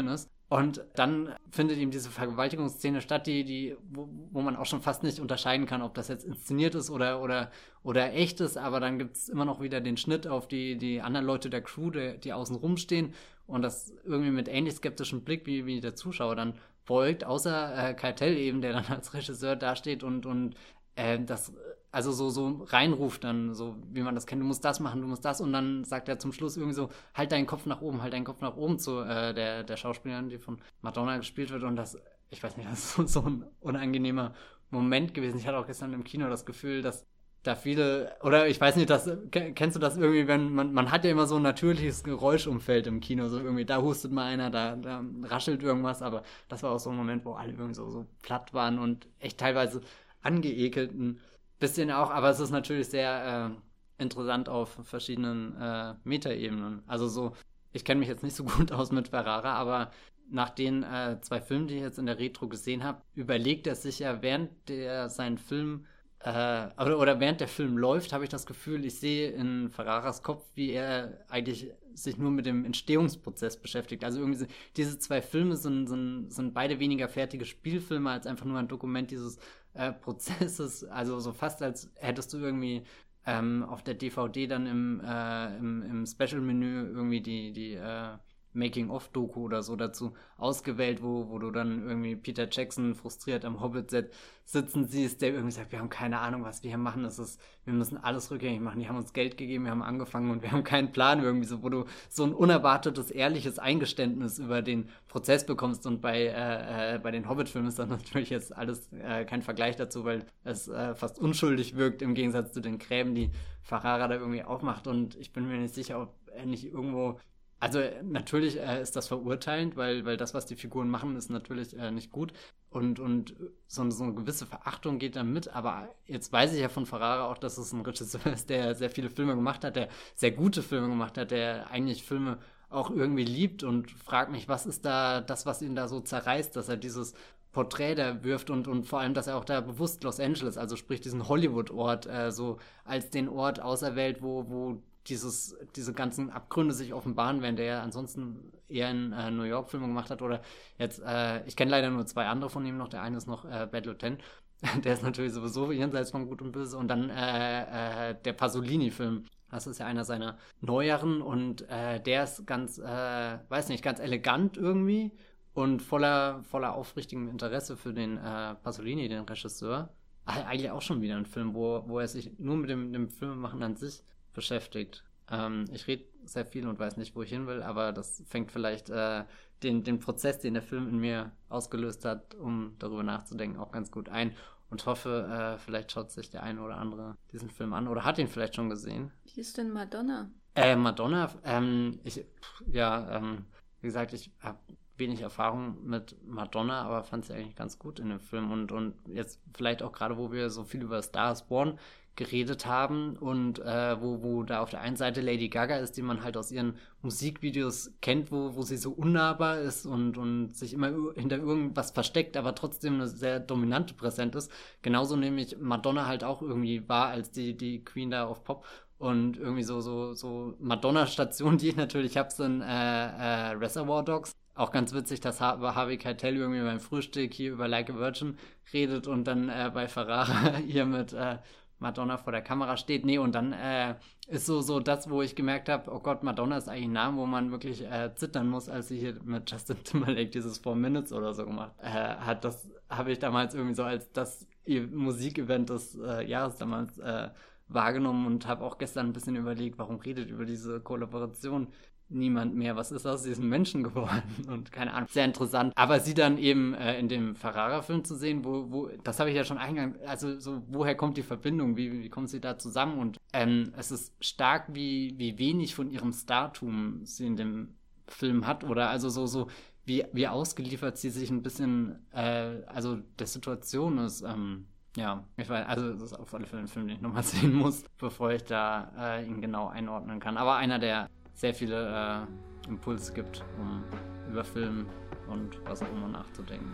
Und dann findet eben diese Vergewaltigungsszene statt, die, die, wo, wo man auch schon fast nicht unterscheiden kann, ob das jetzt inszeniert ist oder, oder, oder echt ist. Aber dann gibt es immer noch wieder den Schnitt auf die, die anderen Leute der Crew, die, die außen rumstehen und das irgendwie mit ähnlich skeptischem Blick wie, wie der Zuschauer dann folgt, außer äh, Keitel eben, der dann als Regisseur dasteht und, und äh, das also so, so reinruft dann, so wie man das kennt, du musst das machen, du musst das und dann sagt er zum Schluss irgendwie so, halt deinen Kopf nach oben, halt deinen Kopf nach oben zu äh, der, der Schauspielerin, die von Madonna gespielt wird und das, ich weiß nicht, das ist so, so ein unangenehmer Moment gewesen. Ich hatte auch gestern im Kino das Gefühl, dass da viele, oder ich weiß nicht, das, kennst du das irgendwie, wenn man, man hat ja immer so ein natürliches Geräuschumfeld im Kino, so irgendwie, da hustet mal einer, da, da raschelt irgendwas, aber das war auch so ein Moment, wo alle irgendwie so, so platt waren und echt teilweise angeekelt, ein bisschen auch, aber es ist natürlich sehr äh, interessant auf verschiedenen äh, Metaebenen. Also so, ich kenne mich jetzt nicht so gut aus mit Ferrara, aber nach den äh, zwei Filmen, die ich jetzt in der Retro gesehen habe, überlegt er sich ja, während der seinen Film äh, oder, oder während der Film läuft, habe ich das Gefühl, ich sehe in Ferraras Kopf, wie er eigentlich sich nur mit dem Entstehungsprozess beschäftigt. Also irgendwie diese zwei Filme sind, sind, sind beide weniger fertige Spielfilme als einfach nur ein Dokument dieses äh, Prozesses. Also so fast als hättest du irgendwie ähm, auf der D V D dann im, äh, im, im Special-Menü irgendwie die, die äh, Making-of-Doku oder so dazu ausgewählt, wo, wo du dann irgendwie Peter Jackson frustriert am Hobbit-Set sitzen siehst, der irgendwie sagt, wir haben keine Ahnung, was wir hier machen, das ist, wir müssen alles rückgängig machen, die haben uns Geld gegeben, wir haben angefangen und wir haben keinen Plan irgendwie so, wo du so ein unerwartetes, ehrliches Eingeständnis über den Prozess bekommst und bei, äh, äh, bei den Hobbit-Filmen ist dann natürlich jetzt alles äh, kein Vergleich dazu, weil es äh, fast unschuldig wirkt im Gegensatz zu den Gräben, die Ferrara da irgendwie aufmacht und ich bin mir nicht sicher, ob er nicht irgendwo. Also natürlich äh, ist das verurteilend, weil, weil das, was die Figuren machen, ist natürlich äh, nicht gut. Und, und so, so eine gewisse Verachtung geht dann mit. Aber jetzt weiß ich ja von Ferrara auch, dass es ein Regisseur ist, der sehr viele Filme gemacht hat, der sehr gute Filme gemacht hat, der eigentlich Filme auch irgendwie liebt und fragt mich, was ist da das, was ihn da so zerreißt, dass er dieses Porträt da wirft und, und vor allem, dass er auch da bewusst Los Angeles, also sprich diesen Hollywood-Ort, äh, so als den Ort auserwählt, wo, wo dieses, diese ganzen Abgründe sich offenbaren, während der ja ansonsten eher in äh, New York Filme gemacht hat oder jetzt, äh, ich kenne leider nur zwei andere von ihm noch, der eine ist noch äh, Bad Lieutenant, der ist natürlich sowieso jenseits von Gut und Böse und dann äh, äh, der Pasolini-Film, das ist ja einer seiner neueren und äh, der ist ganz, äh, weiß nicht, ganz elegant irgendwie und voller, voller aufrichtigem Interesse für den äh, Pasolini, den Regisseur. Eigentlich auch schon wieder ein Film, wo, wo er sich nur mit dem, dem Filmemachen an sich beschäftigt. Ähm, ich rede sehr viel und weiß nicht, wo ich hin will, aber das fängt vielleicht äh, den, den Prozess, den der Film in mir ausgelöst hat, um darüber nachzudenken, auch ganz gut ein und hoffe, äh, vielleicht schaut sich der eine oder andere diesen Film an oder hat ihn vielleicht schon gesehen. Wie ist denn Madonna? Äh, Madonna, ähm, ich, ja, ähm, wie gesagt, ich habe wenig Erfahrung mit Madonna, aber fand sie eigentlich ganz gut in dem Film und, und jetzt vielleicht auch gerade, wo wir so viel über Star is Born geredet haben und äh, wo, wo da auf der einen Seite Lady Gaga ist, die man halt aus ihren Musikvideos kennt, wo, wo sie so unnahbar ist und, und sich immer hinter irgendwas versteckt, aber trotzdem eine sehr dominante Präsenz ist. Genauso nämlich Madonna halt auch irgendwie war als die, die Queen da auf Pop und irgendwie so, so, so Madonna-Stationen, die ich natürlich habe, sind äh, äh, Reservoir Dogs. Auch ganz witzig, dass Harvey Keitel irgendwie beim Frühstück hier über Like a Virgin redet und dann äh, bei Ferrara hier mit äh, Madonna vor der Kamera steht. Nee, und dann äh, ist so, so das, wo ich gemerkt habe, oh Gott, Madonna ist eigentlich ein Name, wo man wirklich äh, zittern muss, als sie hier mit Justin Timberlake dieses Four Minutes oder so gemacht äh, hat. Das habe ich damals irgendwie so als das Musikevent des äh, Jahres damals äh, wahrgenommen und habe auch gestern ein bisschen überlegt, warum redet über diese Kollaboration niemand mehr, was ist aus diesem Menschen geworden und keine Ahnung, sehr interessant, aber sie dann eben äh, in dem Ferrara-Film zu sehen, wo, wo, das habe ich ja schon eingangs, also so, woher kommt die Verbindung, wie, wie kommen sie da zusammen und ähm, es ist stark, wie, wie wenig von ihrem Startum sie in dem Film hat oder also so, so wie, wie ausgeliefert sie sich ein bisschen, äh, also der Situation ist, ähm, ja, ich weiß, also das ist auf alle Fälle ein Film, den ich nochmal sehen muss, bevor ich da äh, ihn genau einordnen kann, aber einer, der sehr viele äh, Impulse gibt, um über Film und was auch immer nachzudenken.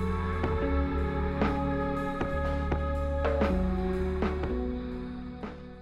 Im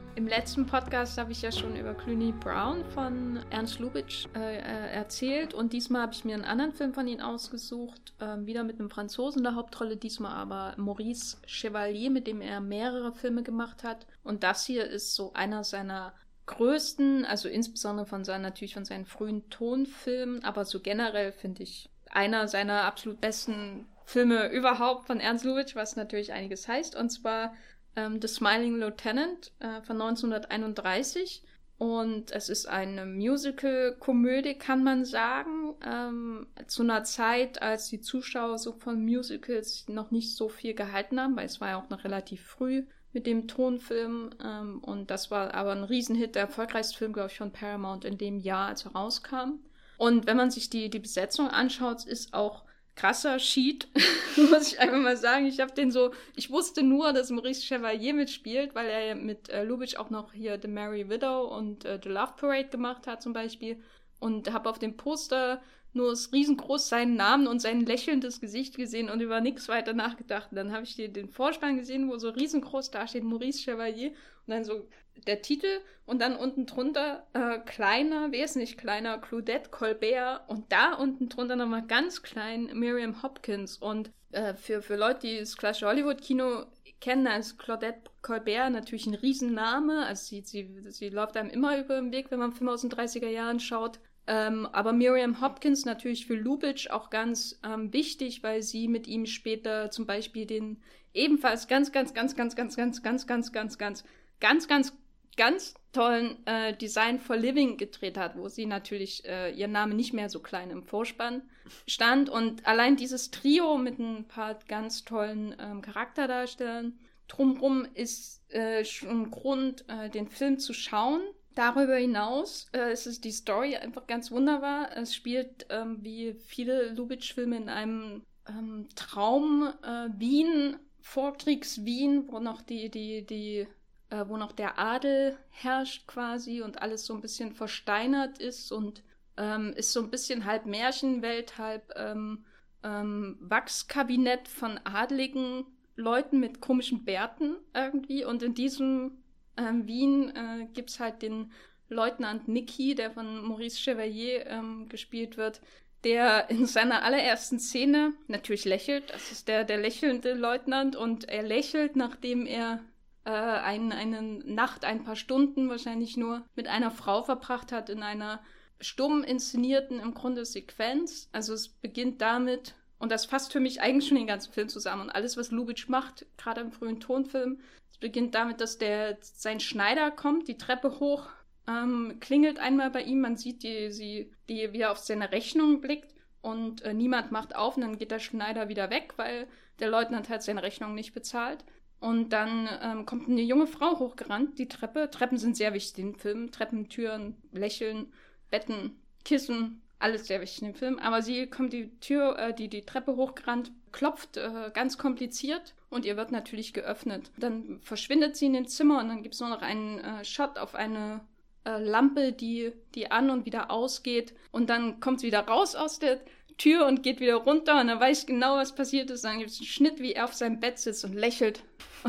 letzten Podcast habe ich ja schon über Cluny Brown von Ernst Lubitsch äh, äh, erzählt und diesmal habe ich mir einen anderen Film von ihm ausgesucht, äh, wieder mit einem Franzosen in der Hauptrolle, diesmal aber Maurice Chevalier, mit dem er mehrere Filme gemacht hat. Und das hier ist so einer seiner größten, also insbesondere von seinen, natürlich von seinen frühen Tonfilmen, aber so generell finde ich einer seiner absolut besten Filme überhaupt von Ernst Lubitsch, was natürlich einiges heißt, und zwar ähm, The Smiling Lieutenant äh, von neunzehnhunderteinunddreißig. Und es ist eine Musical-Komödie, kann man sagen, ähm, zu einer Zeit, als die Zuschauer so von Musicals noch nicht so viel gehalten haben, weil es war ja auch noch relativ früh mit dem Tonfilm. Ähm, und das war aber ein Riesenhit, der erfolgreichste Film, glaube ich, von Paramount in dem Jahr, als er rauskam. Und wenn man sich die, die Besetzung anschaut, ist auch krasser Sheet, muss ich einfach mal sagen. Ich habe den so, ich wusste nur, dass Maurice Chevalier mitspielt, weil er mit äh, Lubitsch auch noch hier The Merry Widow und äh, The Love Parade gemacht hat zum Beispiel. Und habe auf dem Poster nur das riesengroß seinen Namen und sein lächelndes Gesicht gesehen und über nichts weiter nachgedacht. Und dann habe ich den, den Vorspann gesehen, wo so riesengroß da steht Maurice Chevalier und dann so der Titel und dann unten drunter äh, kleiner, wer ist nicht kleiner, Claudette Colbert und da unten drunter nochmal ganz klein Miriam Hopkins. Und äh, für, für Leute, die das klassische Hollywood-Kino kennen, als Claudette Colbert natürlich ein Riesenname, also sie, sie, sie läuft einem immer über den Weg, wenn man Filme aus den dreißiger Jahren schaut. Ähm, aber Miriam Hopkins natürlich für Lubitsch auch ganz ähm, wichtig, weil sie mit ihm später zum Beispiel den ebenfalls ganz, ganz, ganz, ganz, ganz, ganz, ganz, ganz, ganz, ganz, ganz, ganz, ganz tollen äh, Design for Living gedreht hat, wo sie natürlich äh, ihr Name nicht mehr so klein im Vorspann stand. Und allein dieses Trio mit ein paar ganz tollen ähm, Charakterdarstellern drumherum ist äh, schon ein Grund, äh, den Film zu schauen. Darüber hinaus äh, ist es die Story einfach ganz wunderbar. Es spielt ähm, wie viele Lubitsch-Filme in einem ähm, Traum äh, Wien, Vorkriegs-Wien, wo noch die, die, die, äh, wo noch der Adel herrscht quasi und alles so ein bisschen versteinert ist und ähm, ist so ein bisschen halb Märchenwelt, halb ähm, ähm, Wachskabinett von adligen Leuten mit komischen Bärten irgendwie. Und in diesem Ähm, Wien äh, gibt es halt den Leutnant Nicky, der von Maurice Chevalier ähm, gespielt wird, der in seiner allerersten Szene natürlich lächelt. Das ist der, der lächelnde Leutnant und er lächelt, nachdem er äh, ein, eine Nacht, ein paar Stunden wahrscheinlich nur mit einer Frau verbracht hat in einer stumm inszenierten im Grunde Sequenz. Also es beginnt damit, und das fasst für mich eigentlich schon den ganzen Film zusammen und alles, was Lubitsch macht, gerade im frühen Tonfilm. Es beginnt damit, dass der sein Schneider kommt, die Treppe hoch, ähm, klingelt einmal bei ihm, man sieht, die, sie, die, wie er auf seine Rechnung blickt und äh, niemand macht auf und dann geht der Schneider wieder weg, weil der Leutnant halt seine Rechnung nicht bezahlt. Und dann ähm, kommt eine junge Frau hochgerannt, die Treppe. Treppen sind sehr wichtig in dem Film. Treppen, Türen, Lächeln, Betten, Kissen, alles sehr wichtig in dem Film. Aber sie kommt die Tür, äh, die, die Treppe hochgerannt, klopft äh, ganz kompliziert und ihr wird natürlich geöffnet. Dann verschwindet sie in dem Zimmer und dann gibt es nur noch einen äh, Shot auf eine äh, Lampe, die, die an und wieder ausgeht. Und dann kommt sie wieder raus aus der Tür und geht wieder runter und er weiß genau, was passiert ist. Dann gibt es einen Schnitt, wie er auf seinem Bett sitzt und lächelt.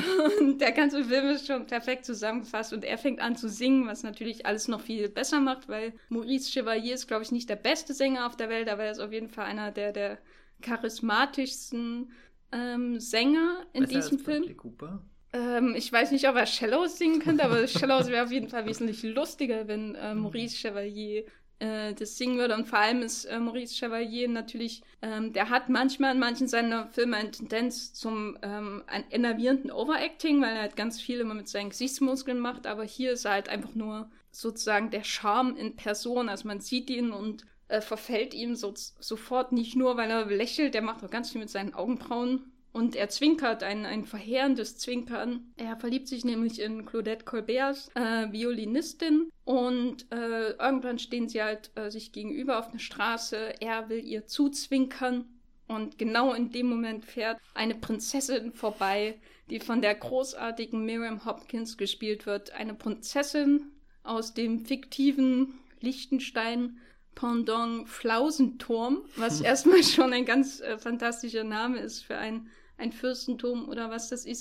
Und der ganze Film ist schon perfekt zusammengefasst und er fängt an zu singen, was natürlich alles noch viel besser macht, weil Maurice Chevalier ist, glaube ich, nicht der beste Sänger auf der Welt, aber er ist auf jeden Fall einer der, der charismatischsten ähm, Sänger in Besser diesem als Film. Bradley Cooper? Ähm, ich weiß nicht, ob er Shallows singen könnte, aber Shallows wäre auf jeden Fall wesentlich lustiger, wenn äh, Maurice Chevalier äh, das singen würde. Und vor allem ist äh, Maurice Chevalier natürlich, ähm, der hat manchmal in manchen seiner Filme eine Tendenz zum ähm, enervierenden Overacting, weil er halt ganz viel immer mit seinen Gesichtsmuskeln macht, aber hier ist er halt einfach nur sozusagen der Charme in Person. Also man sieht ihn und äh, verfällt ihm so, sofort, nicht nur, weil er lächelt, der macht auch ganz viel mit seinen Augenbrauen. Und er zwinkert, ein, ein verheerendes Zwinkern. Er verliebt sich nämlich in Claudette Colberts äh, Violinistin und äh, irgendwann stehen sie halt äh, sich gegenüber auf einer Straße. Er will ihr zuzwinkern und genau in dem Moment fährt eine Prinzessin vorbei, die von der großartigen Miriam Hopkins gespielt wird. Eine Prinzessin aus dem fiktiven Liechtenstein Pendant Flausenturm, was erstmal schon ein ganz äh, fantastischer Name ist für ein, ein Fürstentum oder was das ist.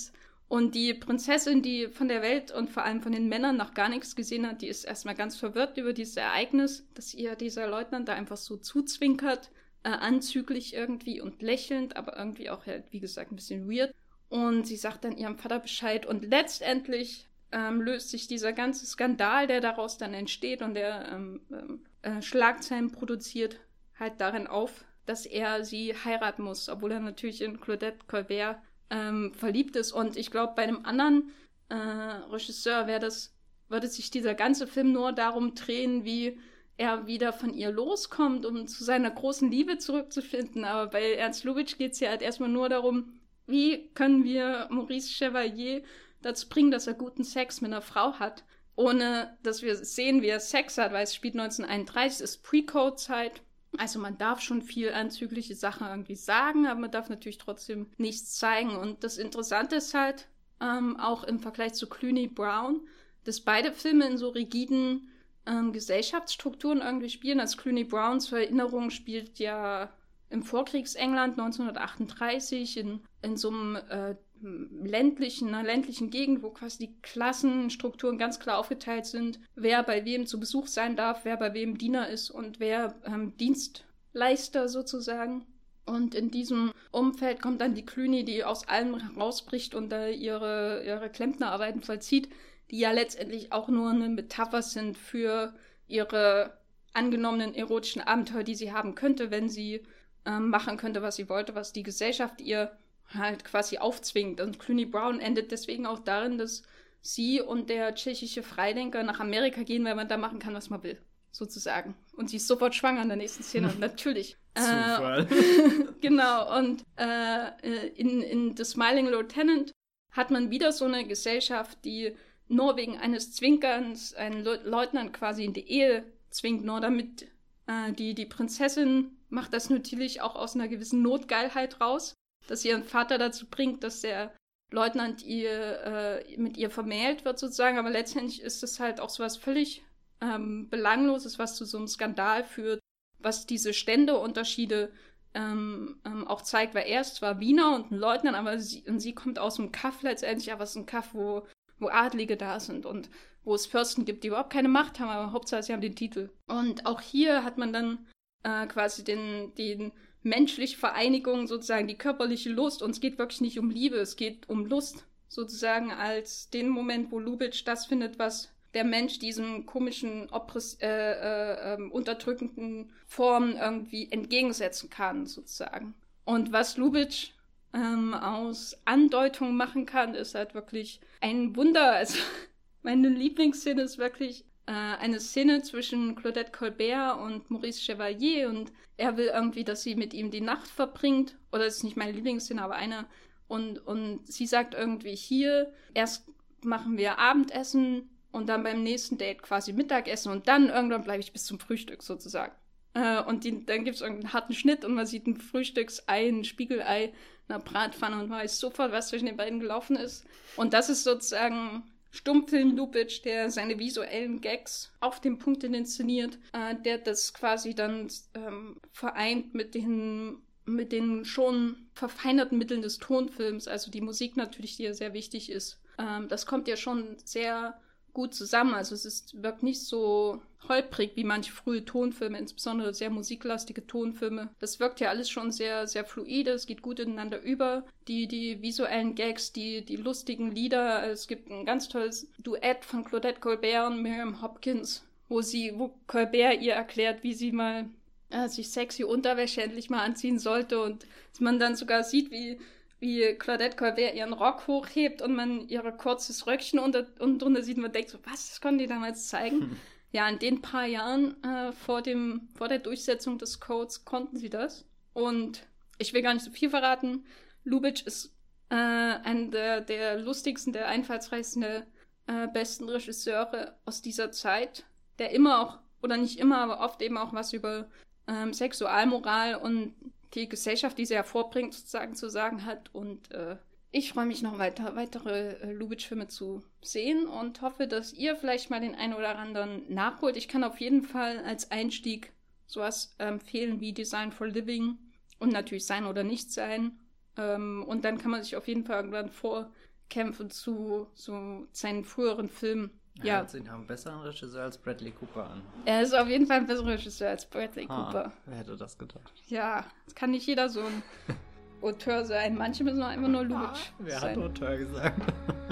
Und die Prinzessin, die von der Welt und vor allem von den Männern noch gar nichts gesehen hat, die ist erstmal ganz verwirrt über dieses Ereignis, dass ihr dieser Leutnant da einfach so zuzwinkert, äh, anzüglich irgendwie und lächelnd, aber irgendwie auch halt, wie gesagt, ein bisschen weird. Und sie sagt dann ihrem Vater Bescheid und letztendlich ähm, löst sich dieser ganze Skandal, der daraus dann entsteht und der ähm, ähm, äh, Schlagzeilen produziert, halt darin auf, dass er sie heiraten muss, obwohl er natürlich in Claudette Colbert ähm, verliebt ist. Und ich glaube, bei einem anderen äh, Regisseur wäre das, würde sich dieser ganze Film nur darum drehen, wie er wieder von ihr loskommt, um zu seiner großen Liebe zurückzufinden. Aber bei Ernst Lubitsch geht es ja halt erstmal nur darum, wie können wir Maurice Chevalier dazu bringen, dass er guten Sex mit einer Frau hat, ohne dass wir sehen, wie er Sex hat, weil es spielt neunzehnhunderteinunddreißig, ist Pre-Code-Zeit. Also man darf schon viel anzügliche Sachen irgendwie sagen, aber man darf natürlich trotzdem nichts zeigen. Und das Interessante ist halt, ähm, auch im Vergleich zu Clooney Brown, dass beide Filme in so rigiden ähm, Gesellschaftsstrukturen irgendwie spielen. Also Clooney Brown zur Erinnerung spielt ja im Vorkriegsengland neunzehnhundertachtunddreißig in, in so einem äh, ländlichen, einer ländlichen Gegend, wo quasi die Klassenstrukturen ganz klar aufgeteilt sind, wer bei wem zu Besuch sein darf, wer bei wem Diener ist und wer ähm, Dienstleister sozusagen. Und in diesem Umfeld kommt dann die Clooney, die aus allem rausbricht und da ihre, ihre Klempnerarbeiten vollzieht, die ja letztendlich auch nur eine Metapher sind für ihre angenommenen erotischen Abenteuer, die sie haben könnte, wenn sie ähm, machen könnte, was sie wollte, was die Gesellschaft ihr halt quasi aufzwingt. Und Clooney Brown endet deswegen auch darin, dass sie und der tschechische Freidenker nach Amerika gehen, weil man da machen kann, was man will, sozusagen. Und sie ist sofort schwanger in der nächsten Szene, natürlich. Zufall. Äh, genau, und äh, in, in The Smiling Lieutenant hat man wieder so eine Gesellschaft, die nur wegen eines Zwinkerns einen Leutnant quasi in die Ehe zwingt, nur damit äh, die, die Prinzessin macht das natürlich auch aus einer gewissen Notgeilheit raus, dass ihren Vater dazu bringt, dass der Leutnant ihr, äh, mit ihr vermählt wird sozusagen, aber letztendlich ist es halt auch so was völlig ähm, Belangloses, was zu so einem Skandal führt, was diese Ständeunterschiede ähm, ähm, auch zeigt, weil er ist zwar Wiener und ein Leutnant, aber sie, und sie kommt aus einem Kaff letztendlich, aber es ist ein Kaff, wo, wo Adlige da sind und wo es Fürsten gibt, die überhaupt keine Macht haben, aber Hauptsache sie haben den Titel. Und auch hier hat man dann äh, quasi den, den menschliche Vereinigung, sozusagen die körperliche Lust. Und es geht wirklich nicht um Liebe, es geht um Lust, sozusagen als den Moment, wo Lubitsch das findet, was der Mensch diesen komischen, oppress äh, äh, äh, unterdrückenden Formen irgendwie entgegensetzen kann, sozusagen. Und was Lubitsch ähm, aus Andeutung machen kann, ist halt wirklich ein Wunder. Also meine Lieblingsszene ist wirklich äh, eine Szene zwischen Claudette Colbert und Maurice Chevalier und er will irgendwie, dass sie mit ihm die Nacht verbringt. Oder das ist nicht meine Lieblingsszene, aber eine. Und, und sie sagt irgendwie hier, erst machen wir Abendessen und dann beim nächsten Date quasi Mittagessen und dann irgendwann bleibe ich bis zum Frühstück sozusagen. Äh, und die, dann gibt es irgendeinen harten Schnitt und man sieht ein Frühstücksei, ein Spiegelei, eine Bratpfanne und weiß sofort, was zwischen den beiden gelaufen ist. Und das ist sozusagen Stummfilm Lubitsch, der seine visuellen Gags auf den Punkt inszeniert, äh, der das quasi dann ähm, vereint mit den, mit den schon verfeinerten Mitteln des Tonfilms, also die Musik natürlich, die ja sehr wichtig ist. Ähm, das kommt ja schon sehr gut zusammen, also es ist, wirkt nicht so holprig wie manche frühe Tonfilme, insbesondere sehr musiklastige Tonfilme. Das wirkt ja alles schon sehr, sehr fluide, es geht gut ineinander über. Die, die visuellen Gags, die, die lustigen Lieder, es gibt ein ganz tolles Duett von Claudette Colbert und Miriam Hopkins, wo sie, wo Colbert ihr erklärt, wie sie mal äh, sich sexy Unterwäsche endlich mal anziehen sollte und dass man dann sogar sieht, wie wie Claudette Colbert ihren Rock hochhebt und man ihre kurzes Röckchen unter, und drunter sieht und man denkt so, was, das konnten die damals zeigen? Hm. Ja, in den paar Jahren äh, vor dem, vor der Durchsetzung des Codes konnten sie das. Und ich will gar nicht so viel verraten. Lubitsch ist äh, einer der, der lustigsten, der einfallsreichsten, der äh, besten Regisseure aus dieser Zeit, der immer auch, oder nicht immer, aber oft eben auch was über ähm, Sexualmoral und die Gesellschaft, die sie hervorbringt, sozusagen zu sagen hat. Und äh, ich freue mich noch weiter, weitere äh, Lubitsch-Filme zu sehen und hoffe, dass ihr vielleicht mal den einen oder anderen nachholt. Ich kann auf jeden Fall als Einstieg sowas äh, empfehlen wie Design for Living und natürlich Sein oder Nicht Sein. Ähm, und dann kann man sich auf jeden Fall irgendwann vor Kämpfe zu so seinen früheren Filmen. Er Ja, hört sich nach einem besseren Regisseur als Bradley Cooper an. er ist auf jeden Fall ein besserer Regisseur als Bradley Ah, Cooper. wer hätte das gedacht? Ja, es kann nicht jeder so ein Auteur sein. Manche müssen auch einfach nur Lubitsch Ah, wer sein. hat Auteur gesagt?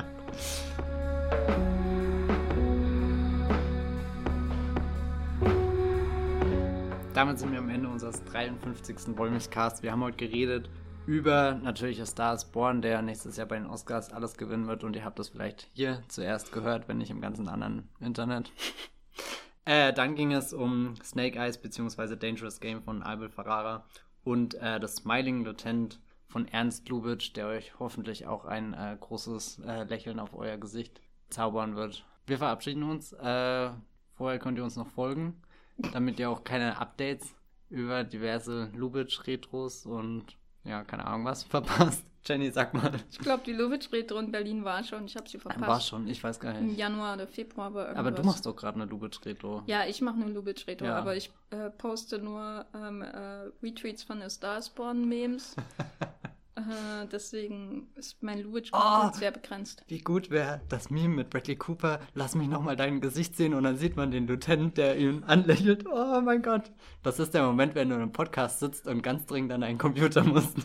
Damit sind wir am Ende unseres dreiundfünfzigsten Wollmilchcasts. Wir haben heute geredet über natürlich A Star is Born, der nächstes Jahr bei den Oscars alles gewinnen wird. Und ihr habt das vielleicht hier zuerst gehört, wenn nicht im ganzen anderen Internet. äh, dann ging es um Snake Eyes bzw. Dangerous Game von Abel Ferrara und äh, das Smiling Lieutenant von Ernst Lubitsch, der euch hoffentlich auch ein äh, großes äh, Lächeln auf euer Gesicht zaubern wird. Wir verabschieden uns. Äh, vorher könnt ihr uns noch folgen, damit ihr auch keine Updates über diverse Lubitsch-Retros und ja, keine Ahnung was verpasst. Jenny, sag mal. Ich glaube, die Lubitsch-Retro in Berlin war schon. Ich habe sie verpasst. War schon, ich weiß gar Im nicht. Januar oder Februar war irgendwas. Aber du machst doch gerade eine Lubitsch-Retro. Ja, ich mache eine Lubitsch-Retro, Ja. aber ich äh, poste nur ähm, äh, Retweets von A Star is Born-Memes. äh, deswegen ist mein Lubitsch-Content Oh! sehr begrenzt. Wie gut wäre das Meme mit Bradley Cooper? Lass mich nochmal dein Gesicht sehen und dann sieht man den Lieutenant, der ihn anlächelt. Oh mein Gott. Das ist der Moment, wenn du in einem Podcast sitzt und ganz dringend an einen Computer musst.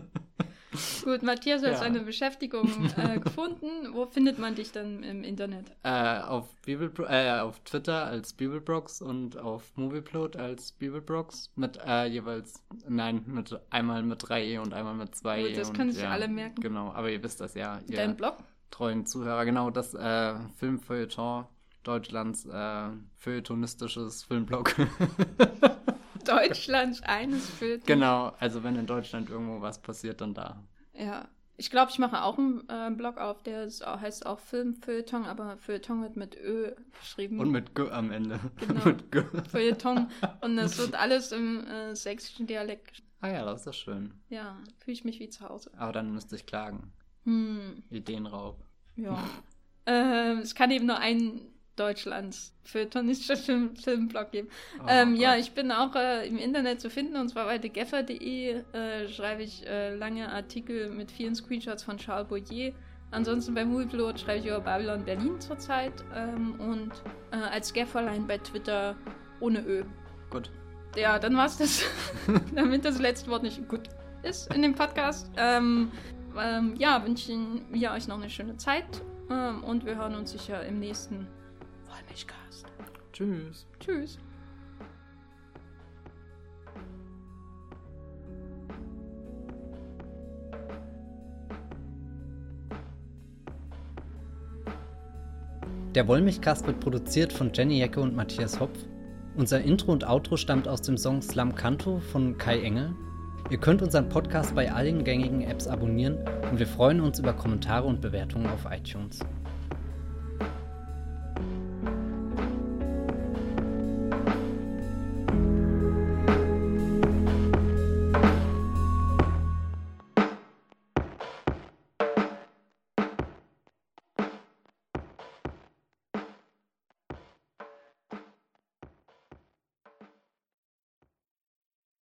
Gut, Matthias hat Ja. seine Beschäftigung äh, gefunden. Wo findet man dich dann im Internet? äh, auf, Bibelbro- äh, auf Twitter als Bibelbrox und auf Movieplot als Bibelbrox mit äh, jeweils, nein, mit einmal mit drei E und einmal mit zwei Gut, E. das und, können sich ja, alle merken. Genau, aber ihr wisst das ja, ihr Dein Blog? treuen Zuhörer. Genau, das äh, Filmfeuilleton Deutschlands äh, feuilletonistisches Filmblog. Deutschlands eines Films. Genau, also wenn in Deutschland irgendwo was passiert, dann da. Ja. Ich glaube, ich mache auch einen äh, Blog auf, der ist auch, heißt auch Filmfeuilleton, aber Feuilleton wird mit Ö geschrieben. Und mit G am Ende. Genau. mit G. Feuilleton. Und das wird alles im äh, sächsischen Dialekt geschrieben. Ah ja, das ist doch schön. Ja, fühle ich mich wie zu Hause. Aber dann müsste ich klagen. Hm, Ideenraub. ja. ähm, es kann eben nur einen Deutschlands feuilletonistischer Film, Filmblog geben. Oh ähm, ja, Gott. ich bin auch äh, im Internet zu finden, und zwar bei thegeffer punkt de äh, schreibe ich äh, lange Artikel mit vielen Screenshots von Charles Boyer. Ansonsten bei Movieplot schreibe ich über Babylon Berlin zurzeit ähm, und äh, als Gafferlein bei Twitter ohne Ö. Gut. Ja, dann war's das. Damit das letzte Wort nicht gut ist in dem Podcast. Ähm, ähm, ja, wünschen wir euch noch eine schöne Zeit ähm, und wir hören uns sicher im nächsten Wollmilchcast. Tschüss. Tschüss. Der Wollmilchcast wird produziert von Jenny Jecke und Matthias Hopf. Unser Intro und Outro stammt aus dem Song Slam Canto von Kai Engel. Ihr könnt unseren Podcast bei allen gängigen Apps abonnieren und wir freuen uns über Kommentare und Bewertungen auf iTunes.